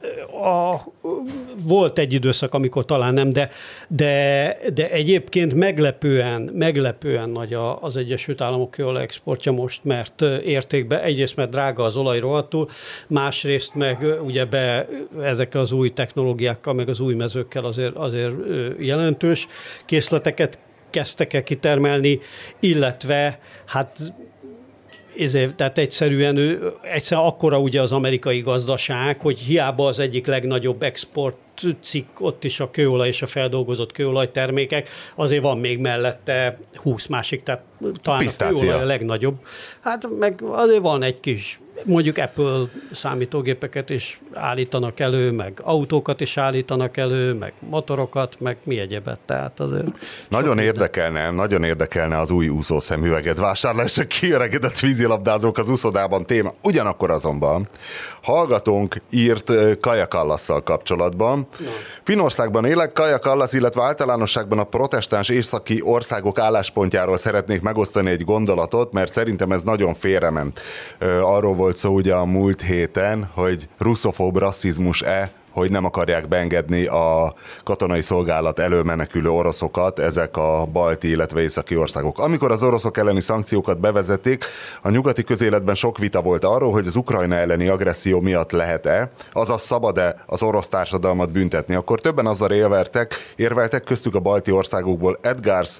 volt egy időszak, amikor talán nem, de egyébként meglepően nagy az Egyesült Államok kőolaj exportja most, mert értékben, egyrészt mert drága az olaj rohadtul, másrészt meg ugye ezek az új technológiákkal, meg az új mezőkkel azért jelentős készleteket kezdtek el kitermelni, illetve hát tehát egyszerűen akkora ugye az amerikai gazdaság, hogy hiába az egyik legnagyobb exportcikk, ott is a kőolaj és a feldolgozott kőolajtermékek, azért van még mellette 20 másik, tehát talán a kőolaj a legnagyobb. Hát meg azért van egy kis, mondjuk Apple számítógépeket is állítanak elő, meg autókat is állítanak elő, meg motorokat, meg mi egyebet. Tehát azért nagyon érdekelne az új úszószemüveged vásárlása, kiöregedett vízilabdázók az úszodában téma. Ugyanakkor azonban hallgatónk írt Kaja Kallasszal kapcsolatban. Finnországban élek, Kaja Kallas, illetve általánosságban a protestáns északi országok álláspontjáról szeretnék megosztani egy gondolatot, mert szerintem ez nagyon félrement. Arról volt szó ugye a múlt héten, hogy russzofób rasszizmus-e, hogy nem akarják beengedni a katonai szolgálat elől menekülő oroszokat, ezek a balti, illetve északi országok. Amikor az oroszok elleni szankciókat bevezették, a nyugati közéletben sok vita volt arról, hogy az Ukrajna elleni agresszió miatt lehet-e, azaz szabad-e az orosz társadalmat büntetni. Akkor többen azzal érveltek, köztük a balti országokból Edgars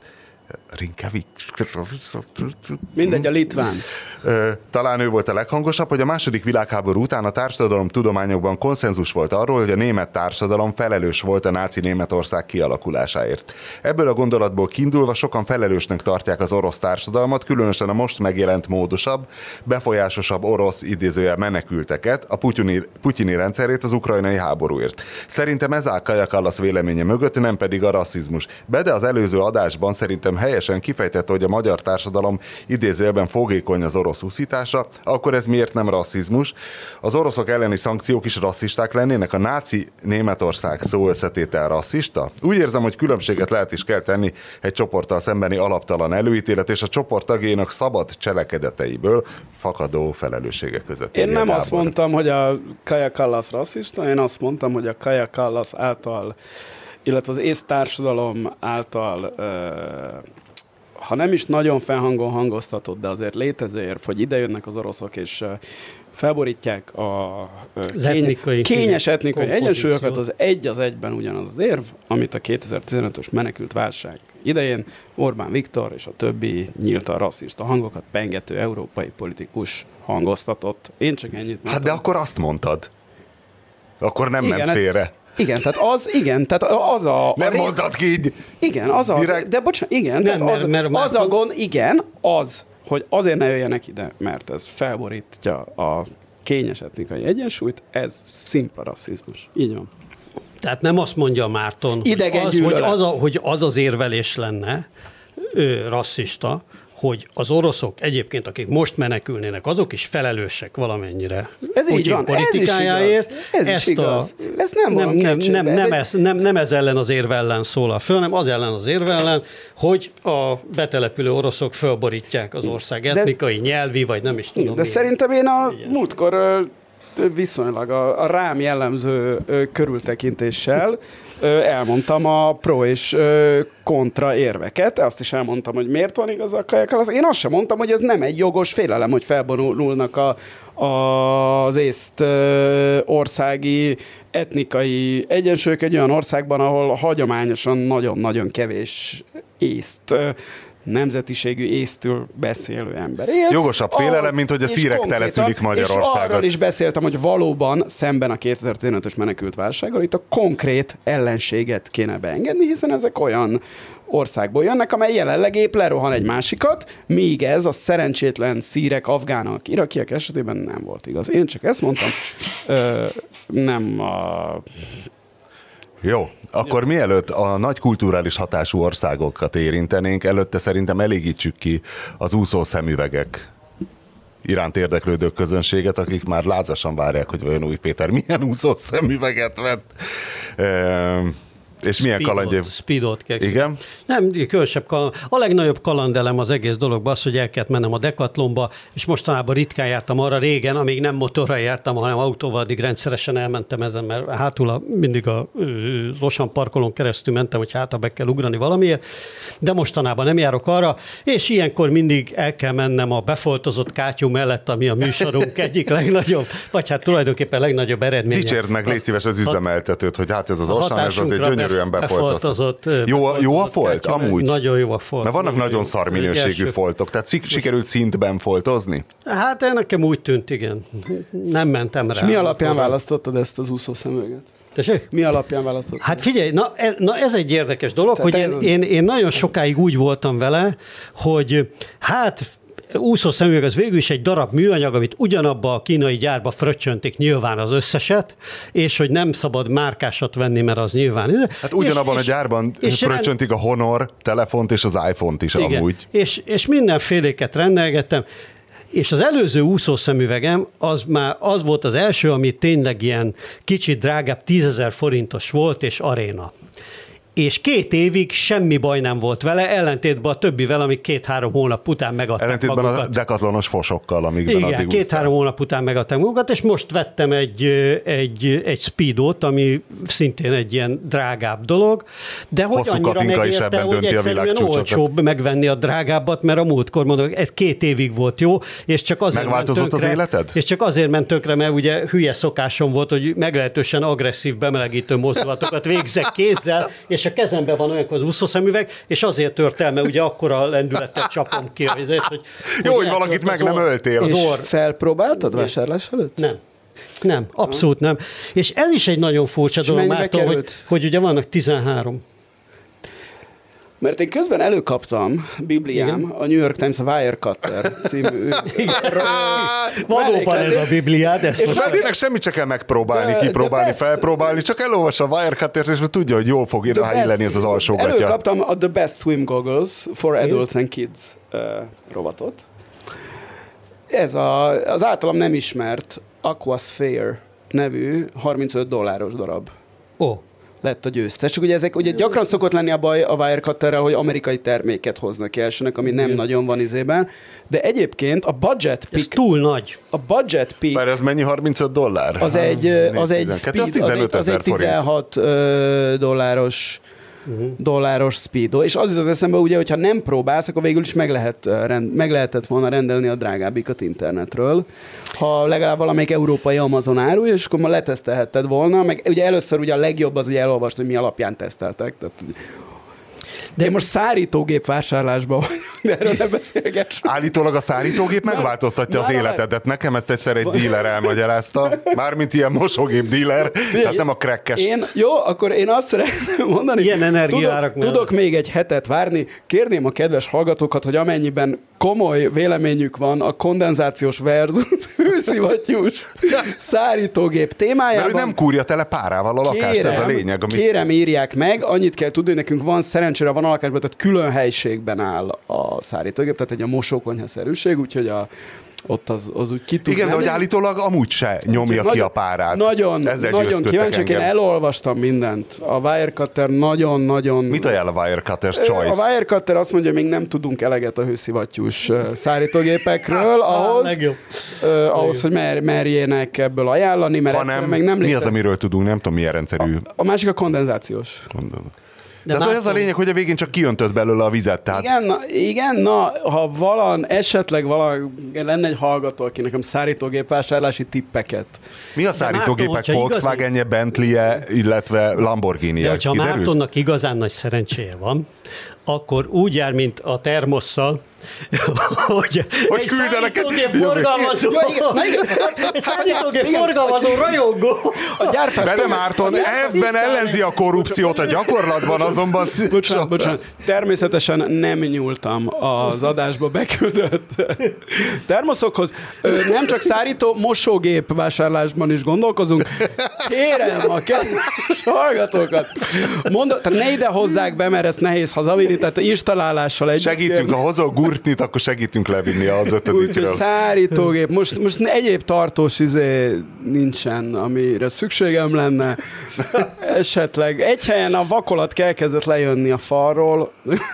Mindegy, a litván. Talán ő volt a leghangosabb, hogy a második világháború után a társadalomtudományokban konszenzus volt arról, hogy a német társadalom felelős volt a náci Németország kialakulásáért. Ebből a gondolatból kiindulva sokan felelősnek tartják az orosz társadalmat, különösen a most megjelent módosabb, befolyásosabb orosz idézőjel menekülteket, a putyini rendszerét az ukrajnai háborúért. Szerintem ez áll Kaja Kallas véleménye mögött, nem pedig a rasszizmus. Bede az előző adásban szerintem helyesen kifejtette, hogy a magyar társadalom idézőjelben fogékony az orosz uszítása, akkor ez miért nem rasszizmus? Az oroszok elleni szankciók is rasszisták lennének? A náci Németország szó összetétel rasszista? Úgy érzem, hogy különbséget lehet is kell tenni egy csoporttal szembeni alaptalan előítélet és a csoport tagjainak szabad cselekedeteiből fakadó felelőssége között. Én nem azt mondtam, hogy a Kaja Kallas rasszista, én azt mondtam, hogy a Kaja Kallas által, illetve az ész társadalom által ha nem is nagyon felhangon hangoztatott, de azért létező érv, hogy ide jönnek az oroszok, és felborítják a kényes etnikai egyensúlyokat, az egy az egyben ugyanaz az érv, amit a 2015-ös menekült válság idején Orbán Viktor és a többi nyíltan rasszista hangokat pengető európai politikus hangoztatott. Én csak ennyit mondtam. Hát de akkor azt mondtad. Akkor nem ment félre. Igen, tehát az a... Nem mondtad ki így. Igen, az a... De bocsánat, igen, nem, tehát az a gond, igen, az, hogy azért ne jöjjenek ide, mert ez felborítja a kényes etnikai egyensúlyt, ez szimpla rasszizmus. Így van. Tehát nem azt mondja Márton, hogy az az érvelés lenne rasszista, hogy az oroszok egyébként, akik most menekülnének, azok is felelősek valamennyire. Ez így van, politikájáért. Ez is igaz. Ez nem ez ellen az érve ellen szólal föl, hanem az ellen az érve ellen, hogy a betelepülő oroszok fölborítják az ország etnikai, nyelvi, vagy nem is tudom. De szerintem én a múltkor viszonylag a rám jellemző körültekintéssel elmondtam a pro és kontra érveket. Azt is elmondtam, hogy miért van igaz a Kaja Kallas. Én azt sem mondtam, hogy ez nem egy jogos félelem, hogy felborulnak az észt országi etnikai egyensúlyok egy olyan országban, ahol hagyományosan nagyon-nagyon kevés észt nemzetiségű észtől beszélő ember él. Jogosabb félelem, mint hogy a szírek teleszülik Magyarországot. És arról is beszéltem, hogy valóban szemben a 2015-ös menekült válsággal itt a konkrét ellenséget kéne beengedni, hiszen ezek olyan országból jönnek, amely jelenleg épp lerohan egy másikat, míg ez a szerencsétlen szírek, afgánok, irakiak esetében nem volt igaz. Én csak ezt mondtam, nem a... Jó, akkor mielőtt a nagy kulturális hatású országokat érintenénk, előtte szerintem elégítsük ki az úszó szemüvegek iránt érdeklődő közönséget, akik már lázasan várják, hogy vajon Új Péter milyen úszó szemüveget vett. És milyen kalandjév? Speedot kell. Igen? Nem, különösebb kaland. A legnagyobb kalandelem az egész dologban az, hogy el kellett mennem a Decathlonba, és mostanában ritkán jártam arra, régen, amíg nem motorral jártam, hanem autóval, addig rendszeresen elmentem ezen, mert hátul mindig a Losan parkolón keresztül mentem, hogy hátra be kell ugrani valamiért, de mostanában nem járok arra, és ilyenkor mindig el kell mennem a befoltozott kátyú mellett, ami a műsorunk egyik legnagyobb, vagy hát tulajdonképpen legnagyobb eredménye. Dicsérd meg, légy szíves az üzemeltetőt, hogy hát ez az Osan, ez azért gyönyörűen befoltozott. Jó a folt? Amúgy? Nagyon jó a folt. Mert vannak nagyon szar minőségű foltok, tehát sikerült szintben foltozni? Hát nekem úgy tűnt, igen. Nem mentem rá. És mi alapján választottad ezt az úszó szemüveget? Tessék? Mi alapján választottad? Hát figyelj, na ez egy érdekes dolog, hogy én nagyon sokáig úgy voltam vele, hogy úszó szemüveg az végül is egy darab műanyag, amit ugyanabba a kínai gyárba fröccsöntik nyilván az összeset, és hogy nem szabad márkásat venni, mert az nyilván... Hát ugyanabban a gyárban fröccsöntik a Honor telefont és az iPhone-t is, igen, amúgy. És mindenféléket rendelgettem, és az előző úszószemüvegem az volt az első, ami tényleg ilyen kicsit drágább, 10 000 forintos volt, és Aréna. És 2 évig semmi baj nem volt vele, ellentétben a többivel, amik 2-3 hónap után megadták ellentétben magukat. A Decathlonos fosokkal, amíg addig 2-3 hónap után megadták magukat, és most vettem egy Speedot, ami szintén egy ilyen drágább dolog, de hogy annyira megérte, hogy egyszerűen olcsóbb megvenni a drágábbat, mert a múltkor mondom, ez 2 évig volt jó, és csak azért megváltozott az életed? És csak azért ment tönkre, mert ugye hülye szokásom volt, hogy meglehetősen agresszív bemelegítő mozdulatokat végzek kézzel, és és a kezemben van olyan az úszószemüveg, és azért tört el, mert ugye akkora lendülettel csapom ki. Azért, jó, hogy valakit meg nem öltél. És felpróbáltad vásárlás előtt? Nem, abszolút nem. És ez is egy nagyon furcsa dolog, Márton, hogy ugye vannak 13. Mert én közben előkaptam Bibliám, igen? A New York Times Wirecutter című... Valóban ez a Bibliád. És Fedinek semmit csak kell megpróbálni, kipróbálni, felpróbálni, csak elolvassa a Wirecuttert, és tudja, hogy jól fog ráilleni ez az alsógatja. Előkaptam a The Best Swim Goggles for Adults and Kids rovatot. Ez az általam nem ismert Aquasphere nevű $35 darab. Lett a győztes. Csak ugye ezek ugye gyakran szokott lenni a baj a Wirecutterrel, hogy amerikai terméket hoznak ki elsőnek, ami nem nagyon van izében. De egyébként a budget pick... Ez túl nagy. A budget pick... Bár ez mennyi $35? Az egy speed, 15 000 $16 dolláros speedo. És az jutott eszembe, ugye, hogyha nem próbálsz, akkor végül is meg lehetett volna rendelni a drágábbikat internetről. Ha legalább valamelyik európai Amazon árul, és akkor ma letesztelhetted volna. Meg ugye először ugye a legjobb az, hogy elolvast, hogy mi alapján teszteltek. Tehát, de én most szárítógép vásárlásban vagyok, de erről ne beszélgess. Állítólag a szárítógép megváltoztatja az életedet. Nekem ezt egyszer egy díler elmagyarázta. Mármint ilyen mosógép díler, tehát nem a crackes. Jó, akkor én azt szeretném mondani, ilyen energiárak tudok még egy hetet várni. Kérném a kedves hallgatókat, hogy amennyiben komoly véleményük van a kondenzációs versus hőszivattyús szárítógép témájában. Mert ő nem kúrja tele párával a lakást, ez a lényeg. Kérem, írják meg. Annyit kell tudni, hogy nekünk van szerencsére van a lakásban, tehát külön helyiségben áll a szárítógép, tehát egy mosókonyhaszerűség, úgyhogy ott az úgy ki tud igen, de hogy állítólag amúgy se nyomja ki a párát. Nagyon kíváncsiak, én elolvastam mindent. A Wirecutter nagyon... Mit ajánl a Wirecutter's Choice? A Wirecutter azt mondja, hogy még nem tudunk eleget a hőszivattyús szárítógépekről, ahhoz, hogy merjének ebből ajánlani, mert meg nem mi az, amiről tudunk, nem tudom, milyen rendszerű. A másik a kondenzációs. De ez a lényeg, hogy a végén csak kiöntött belőle a vizet. Tehát... Igen, ha esetleg lenne egy hallgató, aki nekem szárítógép vásárlási tippeket. Mi a szárítógépek Volkswagen-je, Bentley-je, illetve Lamborghini-je? De hogyha Mártonnak igazán nagy szerencséje van, akkor úgy jár, mint a termosszal, hogy egy szállítógép forgalmazó, egy szállítógép forgalmazó rajongó. Bede Márton ebben ellenzi a korrupciót, a gyakorlatban azonban... Bocsánat. Természetesen nem nyúltam az adásba beküldött termoszokhoz. Nem csak szárító, mosógép vásárlásban is gondolkozunk. Kérem a kedves hallgatókat. Tehát ne ide hozzák be, mert ezt nehéz hazavinni, tehát installálással együtt. Segítünk, ha hozol gurtnit, akkor segítünk levinni az 5-ről. Úgyhogy szárítógép. Most egyéb tartós nincsen, amire szükségem lenne. Esetleg egy helyen a vakolat elkezdett lejönni a falról.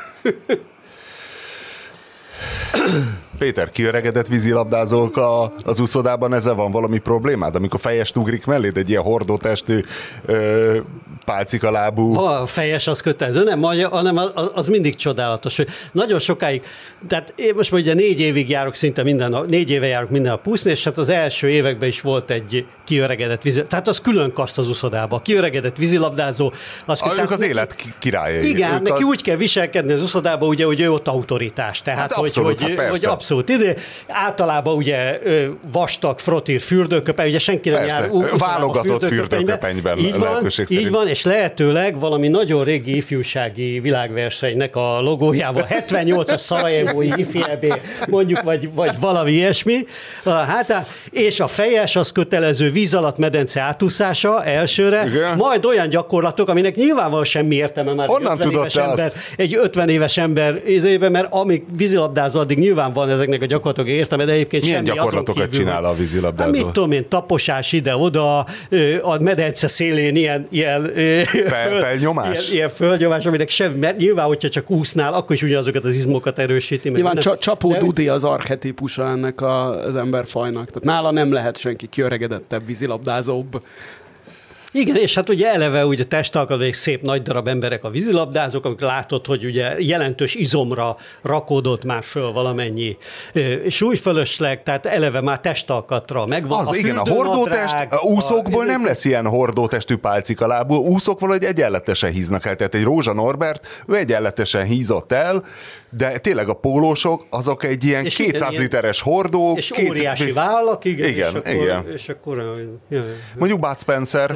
Péter, kiöregedett vízilabdázók az úszodában, ezzel van valami problémád? Amikor fejest ugrik melléd, egy ilyen hordótestű, pálcikalábú... Ha a fejes az kötelező, hanem az mindig csodálatos, hogy nagyon sokáig, tehát én most ugye 4 évig járok szinte 4 éve járok minden nap úszni, és hát az első években is volt egy kiöregedett vízilabdázó, tehát az külön kaszt az úszodába. A kiöregedett vízilabdázó... Ők az élet királyai. Igen, neki úgy kell viselkedni az úszodába, ugye, hogy ő ott autoritás. Tehát, hát abszolút, hogy abszolút. Általában ugye vastag frottír fürdőköpeny, ugye senki nem jár válogatott fürdőköpenyben lehetőség szerint. Így van, és lehetőleg valami nagyon régi ifjúsági világversenynek a logójával, 78-as szarajevói IFIEB, mondjuk, vagy valami ilyesmi. És a fejes az kötelező víz alatt medence átúszása elsőre, igen. Majd olyan gyakorlatok, aminek nyilvánvalóan semmi értelme már egy 50 éves ember izében, mert amíg vízilabdázó, addig nyilván van ezeknek a gyakorlatok értelme, de egyébként milyen semmi gyakorlatokat csinál a vízilabdázó? Mit tudom én, taposás ide-oda, a medence szélén ilyen felnyomás? Ilyen fölnyomás, aminek semmi, mert nyilván, hogyha csak úsznál, akkor is ugyanazokat az izmokat erősíti. Nyilván Csapó Dudi az archetípusa ennek az emberfajnak. Tehát nála nem lehet senki kiöregedettebb vízilabdázóbb. Igen, és hát ugye eleve ugye testalkatrék szép nagy darab emberek a vízilabdázók, amikor látod, hogy ugye jelentős izomra rakódott már föl valamennyi súlyfölösleg, tehát eleve már testalkatra megvan. Az, igen, a hordótest, úszókból nem lesz ilyen hordótestű pálcikalábú, úszók valahogy egyenletesen híznak el, tehát egy Rózsa Norbert, ő egyenletesen hízott el, de tényleg a pólósok, azok egy ilyen 200 literes hordó. És óriási vállak, igen. És akkor mondjuk Bud Spencer.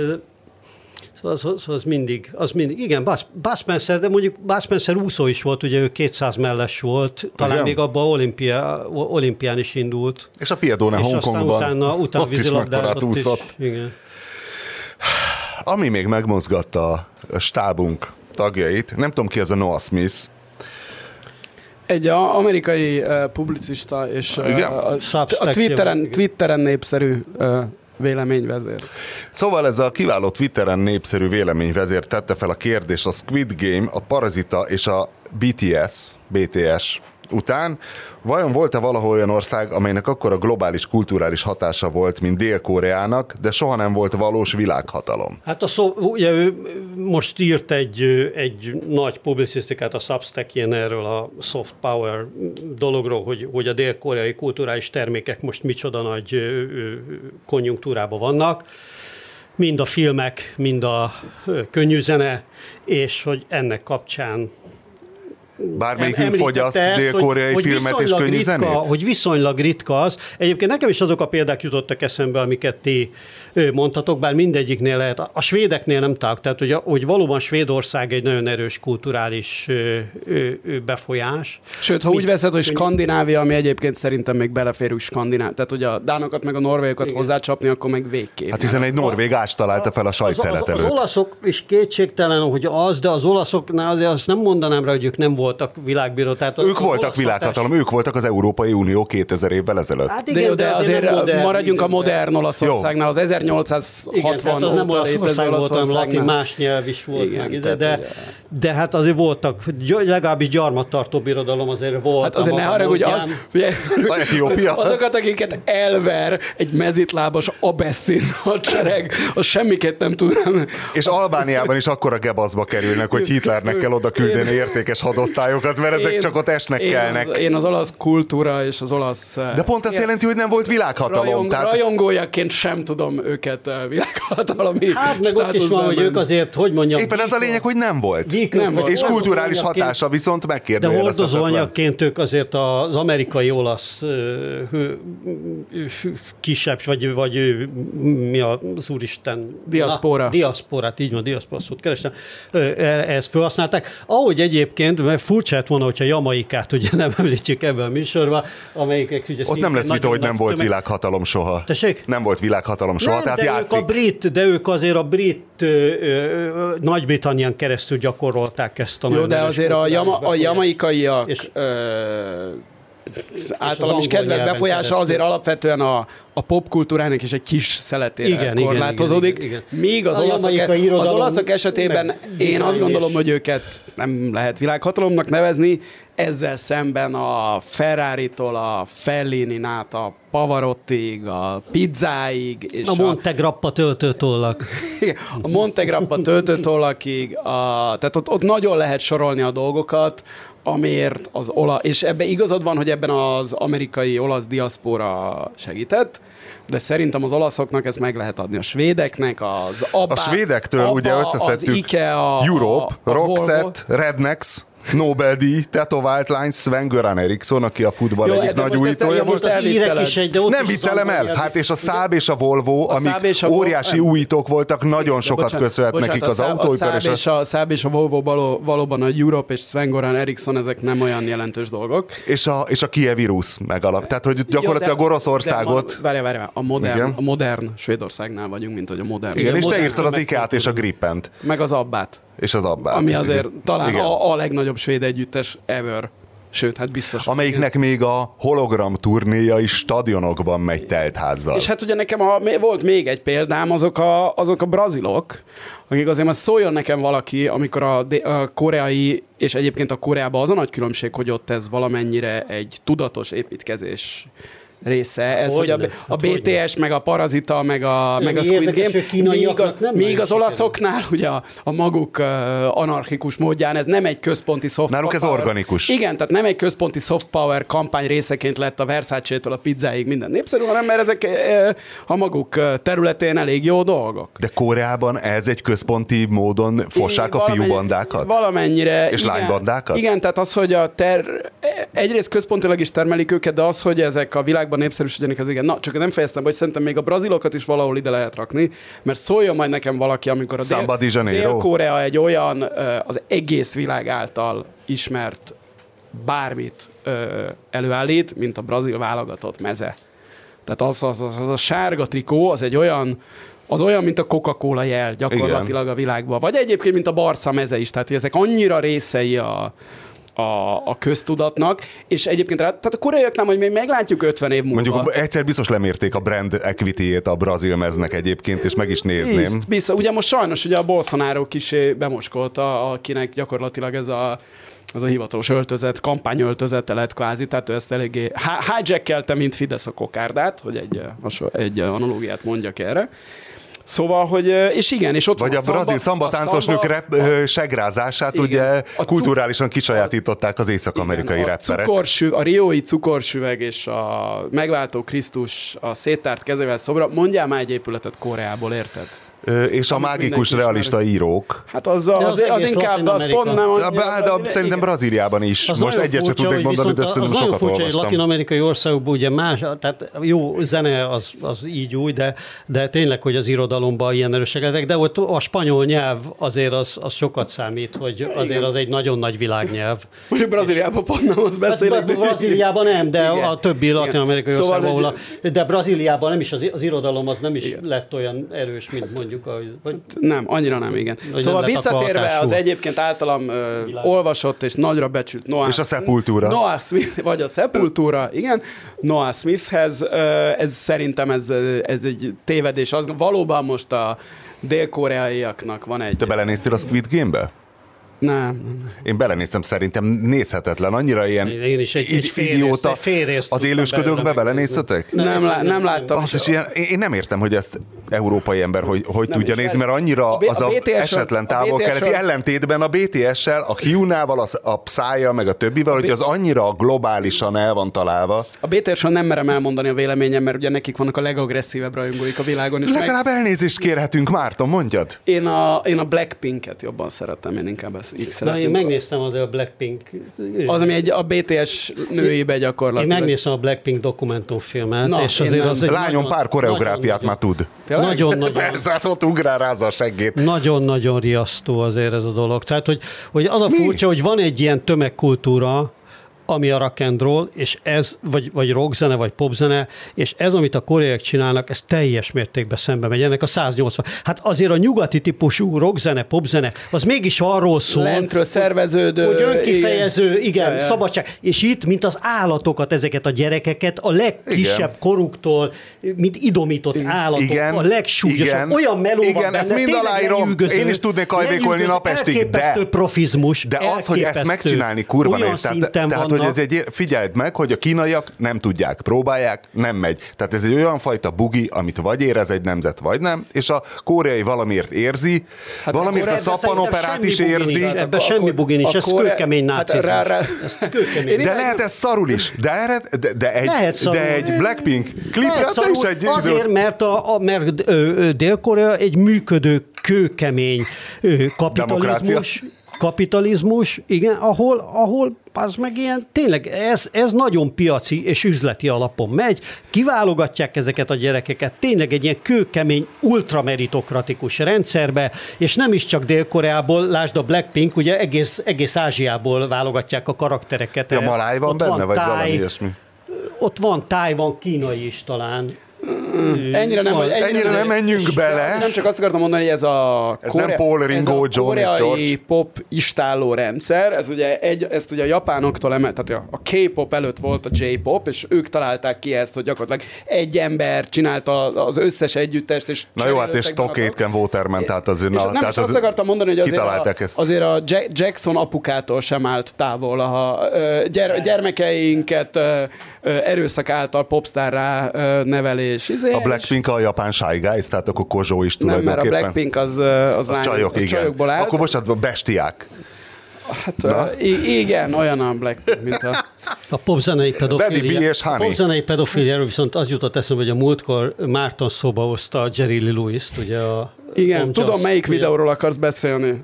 Az mindig, igen, Bud Spencer, de mondjuk Bud Spencer úszó is volt, ugye ő 200 melles volt, talán igen? Még abban olimpián is indult. És a Piedone Hongkongban, utána ott is mekkorát úszott. Igen. Ami még megmozgatta a stábunk tagjait, nem tudom ki ez a Noah Smith. Egy amerikai publicista, és a Twitteren népszerű véleményvezér. Szóval ez a kiváló Twitteren népszerű véleményvezér tette fel a kérdést a Squid Game, a Parazita és a BTS után. Vajon volt-e valahol olyan ország, amelynek akkora globális kulturális hatása volt, mint Dél-Koreának, de soha nem volt valós világhatalom? Hát ugye ő most írt egy nagy publicisztikát a Substack-jén erről a soft power dologról, hogy a dél-koreai kulturális termékek most micsoda nagy konjunktúrában vannak. Mind a filmek, mind a könnyűzene, és hogy ennek kapcsán bármelyikünk fogyaszt dél-koreai filmet és könnyű zenét? Hogy viszonylag ritka az. Egyébként nekem is azok a példák jutottak eszembe, amiket ti mondtatok, bár mindegyiknél lehet. A svédeknél nem találok, tehát hogy valóban Svédország egy nagyon erős kulturális befolyás. Sőt, ha úgy veszed, hogy Skandinávia, ami egyébként szerintem még beleférünk Skandinávia, tehát hogy a dánokat meg a norvégokat hozzácsapni, akkor meg végképp. Hát hiszen egy norvég találta fel a sajtszelet előtt. Az olaszok is kétségtelen, hogy de az olaszoknál azért azt nem mondanám rá, hogy ők nem voltak világbíró. Tehát ők voltak világhatalom, ők voltak az Európai Unió 2000 évvel ezelőtt. Hát igen, de azért maradjunk a modern Olaszországnál, az 1860 az nem Olaszország volt, hanem latin, más nyelv is volt. Igen, meg, de hát azért voltak, legalábbis gyarmattartó birodalom azért volt. Hát azért ne haragudj, azokat, akiket elver egy mezitlábas abesszin hadsereg, az semmiket nem tud. És Albániában is akkora gebaszba kerülnek, hogy Hitlernek kell oda küldeni értékes hadosztályokat, mert ezek csak ott esnek-kelnek. Én az olasz kultúra és az olasz... De pont azt jelenti, hogy nem volt világhatalom. Rajongójaként sem tudom őket világhatalomi hát meg ott is van, hogy ők azért, hogy mondjam... Éppen ez a lényeg, hogy nem volt. És kulturális hatása viszont megkérdőjelezhetetlen. De hordozóanyagként ők azért az amerikai-olasz kisebb, vagy mi az úristen... Diaszporát, így van, diaszpora szót kerestem. Ezt felhasználták. Ahogy egyébként, mert furcsa lett volna, hogyha Jamaikát ugye nem említsük ebben a műsorban, amelyikek ugye ott nem lesz vita, hogy nem volt világhatalom soha. Tessék? Nem volt világhatalom soha, tehát játszik. De ők azért a brit Nagy-Britannián keresztül gyakorolták ezt a... Jó, de azért a jamaikaiak általam is kedvelt befolyása azért alapvetően a popkultúrának is egy kis szeletére korlátozódik. Igen. Míg az olaszok esetében én azt gondolom, hogy őket nem lehet világhatalomnak nevezni, ezzel szemben a Ferrari-tól a Fellinin át a Pavarottig, a pizzáig. És a Montegrappa töltőtollak. A Montegrappa töltőtollakig. Tehát ott nagyon lehet sorolni a dolgokat, amiért az olasz, és ebben igazad van, hogy ebben az amerikai olasz diaszpora segített, de szerintem az olaszoknak ezt meg lehet adni. A svédeknek, a svédektől ugye összeszedtük IKEA, Europe, Roxette, Rednex, Nobel-díj, tetovált lány Sven-Göran Eriksson, aki a futball egyik nagy újítója. Nem viccelem el. Hát és a Saab és a Volvo, amik óriási újítók voltak, nagyon sokat köszönhet nekik az autóipar. A Saab és a Volvo valóban a Europe és Sven-Göran Eriksson, ezek nem olyan jelentős dolgok. És a Kiev Virus megalap. Tehát, hogy gyakorlatilag Oroszországot... Várj, a modern Svédországnál vagyunk, mint hogy a modern. Igen, és te írtad az IKEA-t és a Grippent. Meg az Abbát. És az Abbát. Ami azért talán a legnagyobb svéd együttes ever. Sőt, hát biztos. Amelyiknek még a hologram turnéja is stadionokban megy teltházzal. És hát ugye nekem volt még egy példám, azok a brazilok, akik azért már szóljon nekem valaki, amikor a koreai, és egyébként a Koreában az a nagy különbség, hogy ott ez valamennyire egy tudatos építkezés része. Ez, hogy a BTS, meg a Parazita, meg a Squid Game. Míg az olaszoknál ugye a maguk anarchikus módján ez nem egy központi soft power. Náluk ez organikus. Igen, tehát nem egy központi soft power kampány részeként lett a Versace-től a pizzáig minden népszerű, hanem mert ezek a maguk területén elég jó dolgok. De Koreában ez egy központi módon fossák a fiúbandákat? Valamennyire. És lánybandákat? Igen, tehát az, hogy egyrészt központilag is termelik őket, de az, hogy ezek a világban népszerűsödjenek, az igen. Na, csak nem fejeztem, hogy szerintem még a brazilokat is valahol ide lehet rakni, mert szóljon majd nekem valaki, amikor a Dél-Korea egy olyan az egész világ által ismert bármit előállít, mint a brazil válogatott meze. Tehát az a sárga trikó, az egy olyan, mint a Coca-Cola jel gyakorlatilag igen. A világban. Vagy egyébként, mint a Barca meze is. Tehát, hogy ezek annyira részei a köztudatnak, és egyébként tehát a koreaiaknál, hogy még meglátjuk 50 év múlva. Mondjuk egyszer biztos lemérték a brand equity-ét a brazil meznek egyébként, és meg is nézném. Biztos. Ugye most sajnos ugye a Bolsonaro kisé bemoskolta, akinek gyakorlatilag ez a hivatalos öltözet, kampányöltözete lett kvázi, tehát ő ezt eléggé hijackelte, mint Fidesz a kokárdát, hogy egy analógiát mondjak erre. Szóval, hogy, és igen, és ott vagy a brazil szambatáncosnők segrázását ugye kulturálisan kisajátították az észak-amerikai rapperek. A riói cukorsüveg és a megváltó Krisztus a széttárt kezével szobra, mondjál már egy épületet Koreából, érted? És a mágikus realista írók. Hát az inkább, az pont nem... De szerintem Brazíliában is. Az most egyet sem tudnék mondani, de szerintem sokat olvastam. Hogy latin-amerikai országokban ugye más, tehát jó zene az így úgy, de tényleg, hogy az irodalomban ilyen erősek lettek, de ott a spanyol nyelv azért az sokat számít, hogy azért az egy nagyon nagy világnyelv. Mondjuk Brazíliában pont nem az beszélek. Brazíliában nem, de igen. A többi latin-amerikai országban, de Brazíliában nem is az irodalom az nem is igen. Lett olyan erős, mint mondjuk. Nem, annyira nem, igen. Szóval visszatérve az egyébként általam olvasott és nagyra becsült Noah Smith, vagy a Sepultura, igen, Noah Smithhez, ez szerintem ez egy tévedés. Valóban most a dél-koreaiaknak van egy... Te belenéztél a Squid Game-be? Nem. Én belenéztem, szerintem nézhetetlen, annyira ilyen idióta. Az élősködőkbe belenéztetek? Nem láttam. Én nem értem, hogy ezt európai ember hogy tudja nézni, mert annyira az esetlen távol-keleti ellentétben a BTS-sel, a Hyunával, a Psy-jal, meg a többivel, hogy az annyira globálisan el van találva. A BTS-ről nem merem elmondani a véleményem, mert ugye nekik vannak a legagresszívebb rajongóik a világon. És legalább elnézést kérhetünk, Márton, mondjad. Én a Blackpinket jobban szeretem, én inkább Na, én megnéztem az a Blackpink. Az, ami a BTS nőibe gyakorlatilag. Én megnéztem a Blackpink dokumentumfilmet. Na, és azért az lányom pár koreográfiát már tud. Nagyon-nagyon. Persze, hát ott ugrál rázza a seggét. Nagyon-nagyon riasztó azért ez a dolog. Tehát, hogy az a furcsa, hogy van egy ilyen tömegkultúra, ami a rock and roll, és ez, vagy rockzene, vagy popzene, és ez, amit a koreaiak csinálnak, ez teljes mértékben szembe megy. Ennek a 180. Hát azért a nyugati típusú rockzene, popzene, az mégis arról szól, lentről szerveződő, hogy önkifejező, igen, szabadság. És itt, mint az állatokat, ezeket a gyerekeket, a legkisebb koruktól, mint idomított állatok, a legsúlyosabb, olyan meló van benne, ezt mind aláírom, én is tudnék ajvékolni napestig, profizmus, de az, hogy ezt megcsinálni kurva nehéz. Tehát, hogy figyeld meg, hogy a kínaiak nem tudják, próbálják, nem megy. Tehát ez egy olyan fajta bugi, amit vagy érez egy nemzet, vagy nem, és a koreai valamiért érzi, valamiért a szappanoperát is érzi. Ebben semmi bugi nincs, ez kőkemény nácizmus. De lehet ez szarul is, de egy Blackpink klipre te is egy... Azért, mert Dél-Korea egy működő, kőkemény kapitalizmus, igen, ahol az meg ilyen, tényleg ez nagyon piaci és üzleti alapon megy, kiválogatják ezeket a gyerekeket tényleg egy ilyen kőkemény, ultrameritokratikus rendszerbe, és nem is csak Dél-Koreából, lásd a Blackpink, ugye egész Ázsiából válogatják a karaktereket. Ja, maláj van benne, vagy valami ilyesmi? Ott van táj, van kínai is talán. Ennyire nem menjünk bele. Nem csak azt akartam mondani, hogy ez nem Paul, Ringo, John és George. koreai pop istálló rendszer, ez ugye ezt ugye a japánoktól emelt, tehát a K-pop előtt volt a J-pop, és ők találták ki ezt, hogy gyakorlatilag egy ember csinálta az összes együttest, és na jó, hát és Stock Aitken Waterman, tehát azért... És nem is azt akartam mondani, hogy azért a Jackson apukától sem állt távol, ha gyermekeinket erőszak által popstárrá nevelés. A Blackpink a japán Shy Guys, tehát akkor Kozsó is tulajdonképpen. Nem, mert a Blackpink az csajok, igen. Csajokból áll. Akkor most bestiák. Hát igen, olyan a Blackpink, mint a popzenei pedofília. A popzenei pedofíliáról viszont az jutott eszembe, hogy a múltkor Márton szóba hozta a Jerry Lee Lewis-t, ugye a... Igen, tudom, melyik videóról akarsz beszélni.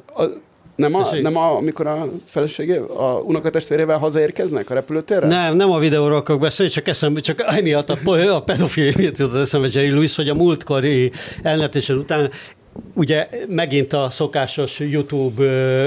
Amikor a feleségé, a unokatestvérével hazaérkeznek a repülőtérre? Nem a videóról akarok beszélni, csak emiatt a pedofília miatt jutott eszembe Jerry Lewis, hogy a múltkori elnetésen után ugye megint a szokásos YouTube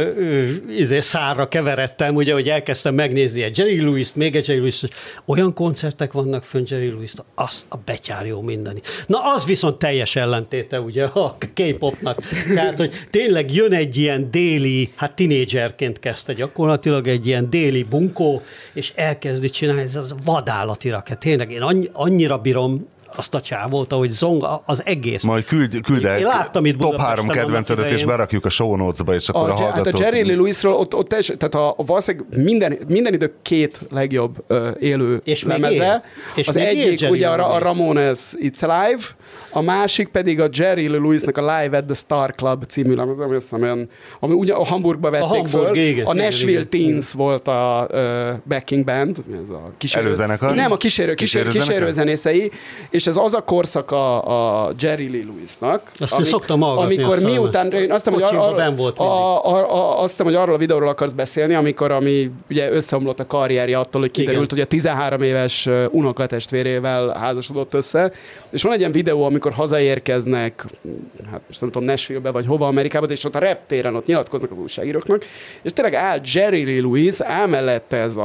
szárra keveredtem, ugye, hogy elkezdtem megnézni egy Jerry Lewis-t, még egy Jerry Lewis-t, olyan koncertek vannak fönn Jerry Lewis-t, az a betyár jó mindeni. Na, az viszont teljes ellentéte ugye a K-popnak. Tehát, hogy tényleg jön egy ilyen déli, hát tinédzserként kezdte gyakorlatilag egy ilyen déli bunkó, és elkezdi csinálni, ez az vadállatira. Tényleg én annyira bírom azt a csávót, ahogy zong az egész. Majd küld el top 3 kedvencedet, és berakjuk a show notes-ba, és akkor a hallgatók. Hát a Jerry Lee Lewis-ról ott tehát valószínűleg minden idők 2 legjobb élő lemeze. Az egyik ugye a Ramones It's Alive, a másik pedig a Jerry Lee Lewis-nek a Live at the Star Club című lemeze, ami ugye a Hamburgba vették föl. A Nashville Teens volt a backing band, ez a előzenekar? Nem, a kísérőzenészei, és ez az a korszaka a Jerry Lee Lewis-nak, amikor miután, én azt hiszem, hogy arról a videóról akarsz beszélni, ami ugye összeomlott a karrierje attól, hogy kiderült, hogy a 13 éves unokatestvérével házasodott össze, és van egy ilyen videó, amikor hazaérkeznek, hát most nem tudom, Nashville-be vagy hova Amerikába, és ott a reptéren ott nyilatkoznak az újságíróknak, és tényleg áll Jerry Lee Lewis, mellette ez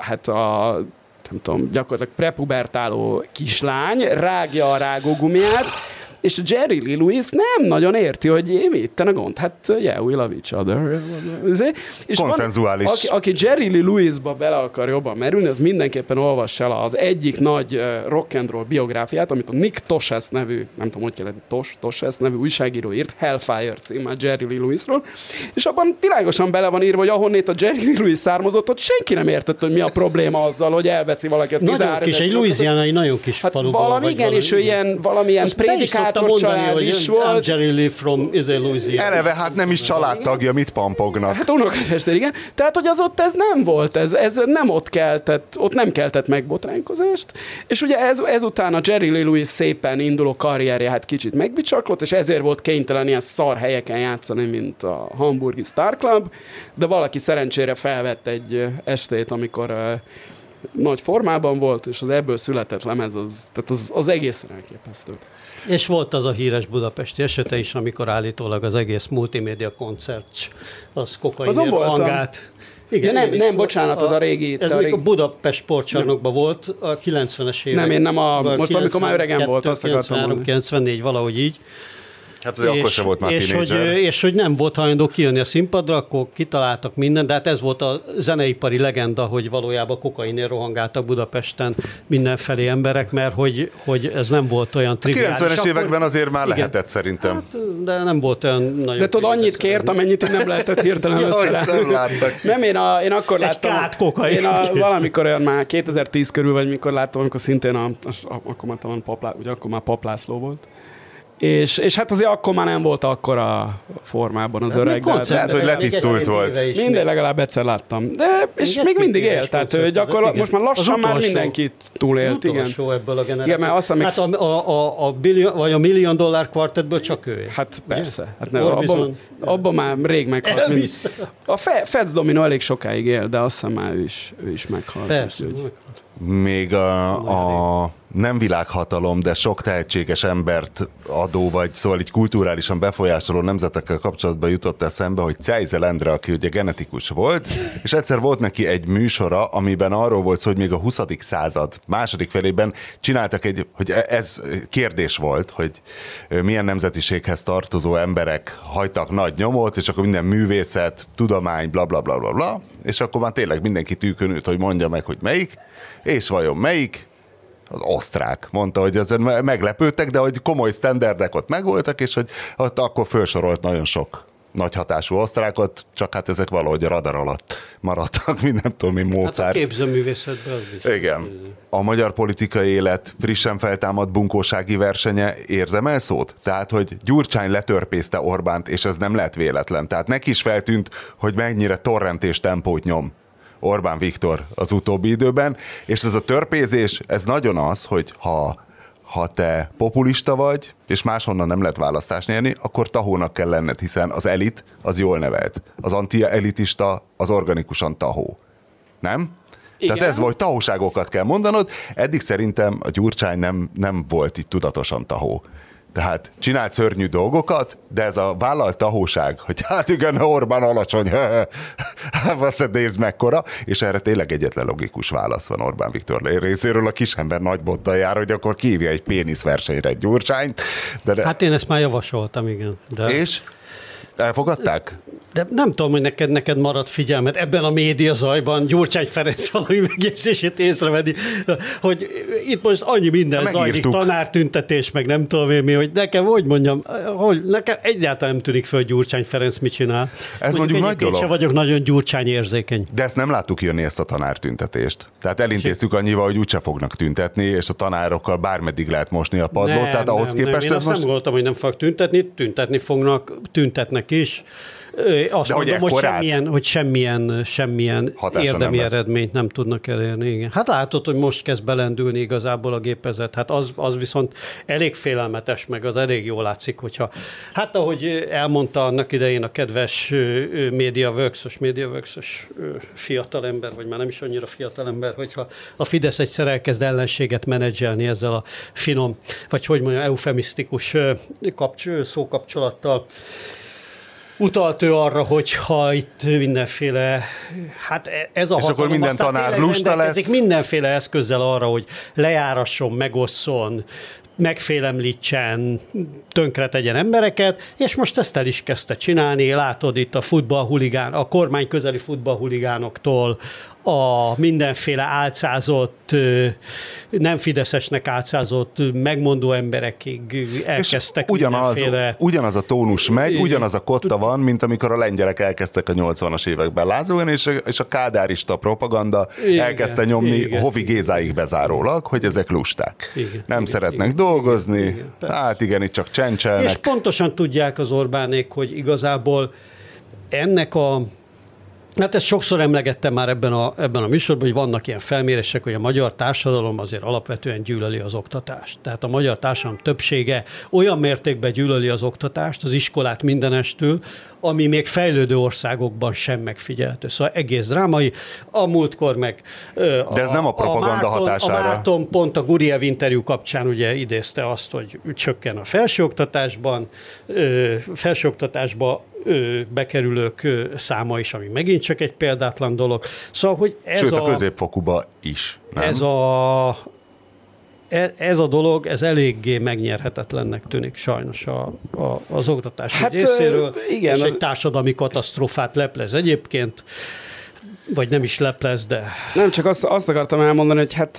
nem tudom, gyakorlatilag prepubertáló kislány, rágja a rágógumiát, és a Jerry Lee Lewis nem nagyon érti, hogy mi itt a gond. Hát, yeah, we love each other. És konszenzuális. Aki Jerry Lee Lewis-ba bele akar jobban merülni, az mindenképpen olvass el az egyik nagy rock and roll biográfiát, amit a Nick Tosches nevű, nem tudom, hogy kellett, Tosches nevű újságíró írt, Hellfire címmel Jerry Lee Lewisról, és abban világosan bele van írva, hogy ahonnét a Jerry Lee Lewis származott, ott senki nem értett, hogy mi a probléma azzal, hogy elveszi valaki a 13 éves. Egy louisianai nagyon kis faluban. Valami, igen, és ő ilyen valamilyen prédikátor család is volt. Jerry Lee from Louisiana. Eleve, hát nem is családtagja, mit pampognak. Hát unokatestvér, igen. Tehát, hogy az ott ez nem volt, ez nem ott nem keltett megbotránkozást, és ugye ezután a Jerry Lee Lewis szépen induló karrierje hát kicsit megbicsaklott, és ezért volt kénytelen ilyen szar helyeken játszani, mint a hamburgi Star Club, de valaki szerencsére felvett egy estét, amikor nagy formában volt, és az ebből született lemez, az egészen elképesztő. És volt az a híres budapesti esete is, amikor állítólag az egész multimédia koncert az kokainért hangált. Igen, nem, bocsánat, az a régi... Ez a Budapest sportcsarnokban volt a 90-es évek. Nem, én nem most amikor már öregen volt, azt akartam mondani. 94, valahogy így. Hát az akkor sem volt már tínédzser. És hogy nem volt hajlandó kijönni a színpadra, akkor kitaláltak mindent, de hát ez volt a zeneipari legenda, hogy valójában kokainért rohangáltak Budapesten mindenfelé emberek, mert hogy ez nem volt olyan triviális. A 90-es években azért már lehetett szerintem. Hát, de nem volt olyan nagyon... De tudod, annyit kért, amennyit nem lehetett hirtelen összerállni. Nem, én akkor láttam... Egy kát kokain. Valamikor olyan már 2010 körül, vagy mikor láttam, amikor szintén akkor már Pap László volt. És hát azért akkor már nem volt akkora formában az öreg. Lehet, hogy letisztult volt. Minden legalább egyszer láttam. De, és még mindig él. Tehát ő gyakorlatilag most már lassan már mindenkit túlélt. Igen. Ebből a generáció. Hát a $1 Million Quartetből csak ő. Hát persze. Hát abban már rég meghalt. A Fats Domino elég sokáig él, de azt hiszem már ő is meghalt. Persze. Még nem világhatalom, de sok tehetséges embert adó, vagy szóval így kulturálisan befolyásoló nemzetekkel kapcsolatban jutott eszembe, hogy Cejzel Endre, aki ugye genetikus volt, és egyszer volt neki egy műsora, amiben arról volt szó, hogy még a 20. század második felében csináltak hogy ez kérdés volt, hogy milyen nemzetiséghez tartozó emberek hagytak nagy nyomot, és akkor minden művészet, tudomány, bla bla bla bla bla, és akkor már tényleg mindenki tűkön ült, hogy mondja meg, hogy melyik, és vajon melyik? Az osztrák. Mondta, hogy ezen meglepődtek, de hogy komoly sztenderdek ott megvoltak, és hogy ott akkor felsorolt nagyon sok nagy hatású osztrákot, csak hát ezek valahogy a radar alatt maradtak, mint nem tudom, mi Mozart. Hát a képzőművészetben az is. Igen. A magyar politikai élet frissen feltámadt bunkósági versenye érdemel szót? Tehát, hogy Gyurcsány letörpészte Orbánt, és ez nem lett véletlen. Tehát neki is feltűnt, hogy mennyire torrent és tempót nyom Orbán Viktor az utóbbi időben, és ez a törpézés, ez nagyon az, hogy ha te populista vagy, és máshonnan nem lehet választást nyerni, akkor tahónak kell lenned, hiszen az elit az jól nevelt. Az anti-elitista az organikusan tahó. Nem? Igen. Tehát ez vagy tahóságokat kell mondanod. Eddig szerintem a Gyurcsány nem volt itt tudatosan tahó. Tehát csinált szörnyű dolgokat, de ez a vállalt tahóság, hogy hát igen, Orbán alacsony, hát nézd mekkora, és erre tényleg egyetlen logikus válasz van Orbán Viktor részéről, a kisember nagy bottal jár, hogy akkor kívja egy péniszversenyre egy Gyurcsányt. Hát én ezt már javasoltam, igen. De... És? Elfogadták? De nem tudom, hogy neked maradt figyelmet ebben a média zajban Gyurcsány Ferenc valami megjegyzését észrevenni, hogy itt most annyi minden zajlik, tanártüntetés, meg nem tudom én mi, hogy nekem, hogy mondjam, hogy nekem egyáltalán nem tűnik fel, hogy Gyurcsány Ferenc mit csinál. Ez mondjuk nagy dolog. Én vagyok nagyon Gyurcsány érzékeny. De ezt nem láttuk jönni, ezt a tanártüntetést. Tehát elintéztük annyival, hogy úgyse fognak tüntetni, és a tanárokkal bármeddig lehet mosni a padlót. Tehát ahhoz képest én azt nem gondoltam, hogy nem fog tüntetni fognak, tüntetnek is. Azt de mondom, hogy semmilyen érdemi eredményt nem tudnak elérni. Igen. Hát látod, hogy most kezd belendülni igazából a gépezet. Hát az viszont elég félelmetes, meg az elég jól látszik, hogyha... Hát ahogy elmondta annak idején a kedves MediaWorks-os fiatalember, vagy már nem is annyira fiatalember, hogyha a Fidesz egyszer elkezd ellenséget menedzselni ezzel a finom, vagy hogy mondjam, eufemisztikus szókapcsolattal, utalt ő arra, hogy ha itt mindenféle, hát ez a és hatalom, akkor minden tanár lusta lesz. Mindenféle eszközzel arra, hogy lejárasson, megosszon, megfélemlítsen, tönkre tegyen embereket, és most ezt el is kezdte csinálni. Látod itt a kormány közeli futballhuligánoktól a mindenféle álcázott, nem fideszesnek álcázott megmondó emberekig elkezdtek ugyanaz a tónus megy, ugyanaz a kotta van, mint amikor a lengyelek elkezdtek a 80-as években lázolni, és a kádárista propaganda elkezdte nyomni Hovi Gézáig bezárólag, hogy ezek lusták. Nem szeretnek dolgozni, hát igen, itt csak csencselnek. És pontosan tudják az Orbánék, hogy igazából ennek hát ezt sokszor emlegettem már ebben a műsorban, hogy vannak ilyen felmérések, hogy a magyar társadalom azért alapvetően gyűlöli az oktatást. Tehát a magyar társadalom többsége olyan mértékben gyűlöli az oktatást, az iskolát mindenestől, ami még fejlődő országokban sem megfigyelhető. Szóval egész drámai. A múltkor meg... De ez nem a propaganda hatására. A Márton pont a Guriev interjú kapcsán ugye idézte azt, hogy csökken a felsőoktatásba bekerülők száma is, ami megint csak egy példátlan dolog. Szóval, hogy sőt, a középfokúba is, nem? Ez a dolog, ez eléggé megnyerhetetlennek tűnik sajnos az oktatás részéről, igen, és egy társadalmi katasztrófát leplez egyébként, vagy nem is leplez, de... Nem, csak azt akartam elmondani, hogy hát...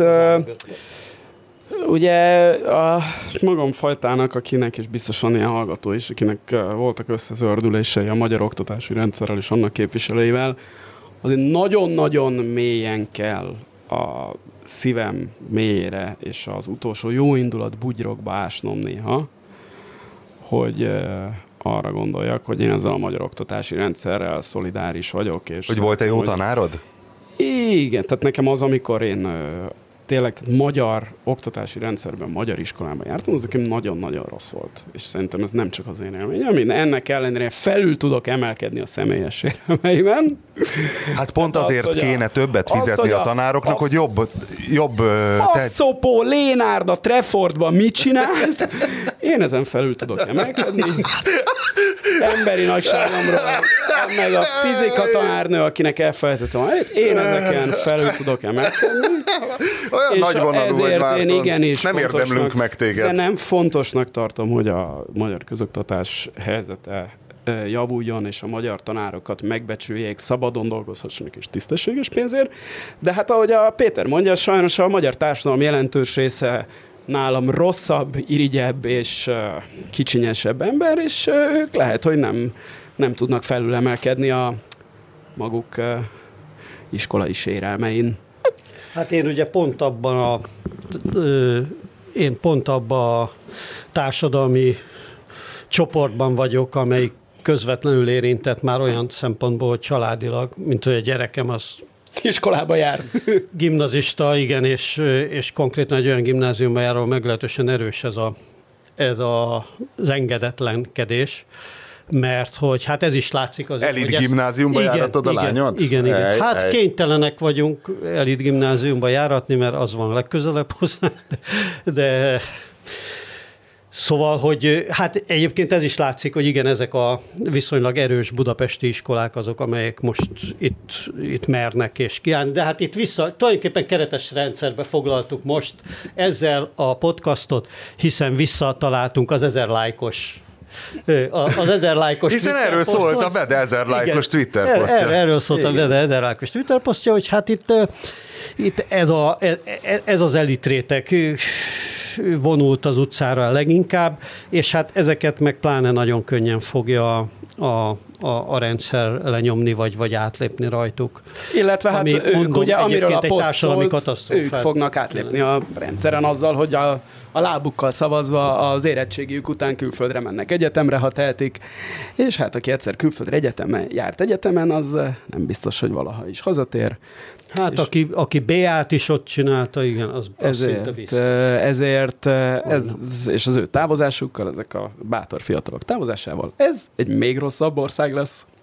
Ugye a magam fajtának, akinek is biztos van ilyen hallgató is, akinek voltak összezördülései a magyar oktatási rendszerrel és annak képviselőivel, azért nagyon-nagyon mélyen kell a szívem mélyére és az utolsó jóindulat bugyrokba ásnom néha, hogy arra gondoljak, hogy én ezzel a magyar oktatási rendszerrel szolidáris vagyok. És hogy volt-e jó tanárod? Igen, tehát nekem az, amikor én tényleg magyar oktatási rendszerben, magyar iskolában jártam, az nekem nagyon-nagyon rossz volt. És szerintem ez nem csak az én élményem. Én ennek ellenére felül tudok emelkedni a személyes éremeimen. Hát pont azért kéne többet fizetni a tanároknak, hogy jobb Passzopó Lénárd a Treffordban mit csinált? Én ezen felül tudok emelkedni. Emberi nagyságomról, meg a fizika tanárnő, akinek elfelejtettem, én ezeken felül tudok emelkedni. Olyan nagyvonalú vagy, Márton. Igenis nem érdemlünk meg téged. De nem fontosnak tartom, hogy a magyar közoktatás helyzete javuljon, és a magyar tanárokat megbecsüljék, szabadon dolgozhassanak és tisztességes pénzért. De hát ahogy a Péter mondja, sajnos a magyar társadalom jelentős része nálam rosszabb, irigyebb és kicsinyesebb ember, és ők lehet, hogy nem tudnak felülemelkedni a maguk iskolai sérelmein. Hát én ugye pont abban a társadalmi csoportban vagyok, amelyik közvetlenül érintett már olyan szempontból, hogy családilag, mint hogy a gyerekem az iskolába jár. Gimnazista, igen, és konkrétan egy olyan gimnáziumban jár, ahol meglehetősen erős ez az engedetlenkedés, mert hogy hát ez is látszik azért. Elit gimnáziumba járatod a lányod? Igen. Hát kénytelenek vagyunk elit gimnáziumba járatni, mert az van legközelebb hozzá, de szóval, hogy hát egyébként ez is látszik, hogy igen, ezek a viszonylag erős budapesti iskolák azok, amelyek most itt mernek és kiállni. De hát itt tulajdonképpen keretes rendszerbe foglaltuk most ezzel a podcastot, hiszen visszataláltunk az 1000 lájkos hiszen erről szólt a Bede 1000 lájkos Twitter posztja. Erről szólt a Bede 1000 lájkos Twitter posztja, hogy hát itt ez az elitrétek vonult az utcára leginkább, és hát ezeket meg pláne nagyon könnyen fogja a rendszer lenyomni, vagy átlépni rajtuk. Illetve hát ők ugye, amiről a poszt szólt, ők fel. fognak átlépni a rendszeren azzal, hogy a lábukkal szavazva az érettségiük után külföldre mennek egyetemre, ha tehetik, és hát aki egyszer külföldre járt egyetemen, az nem biztos, hogy valaha is hazatér. Hát aki BA-t is ott csinálta, igen, az szinte biztos. Ezért és az ő távozásukkal, ezek a bátor fiatalok távozásával, ez egy még rosszabb ország lesz.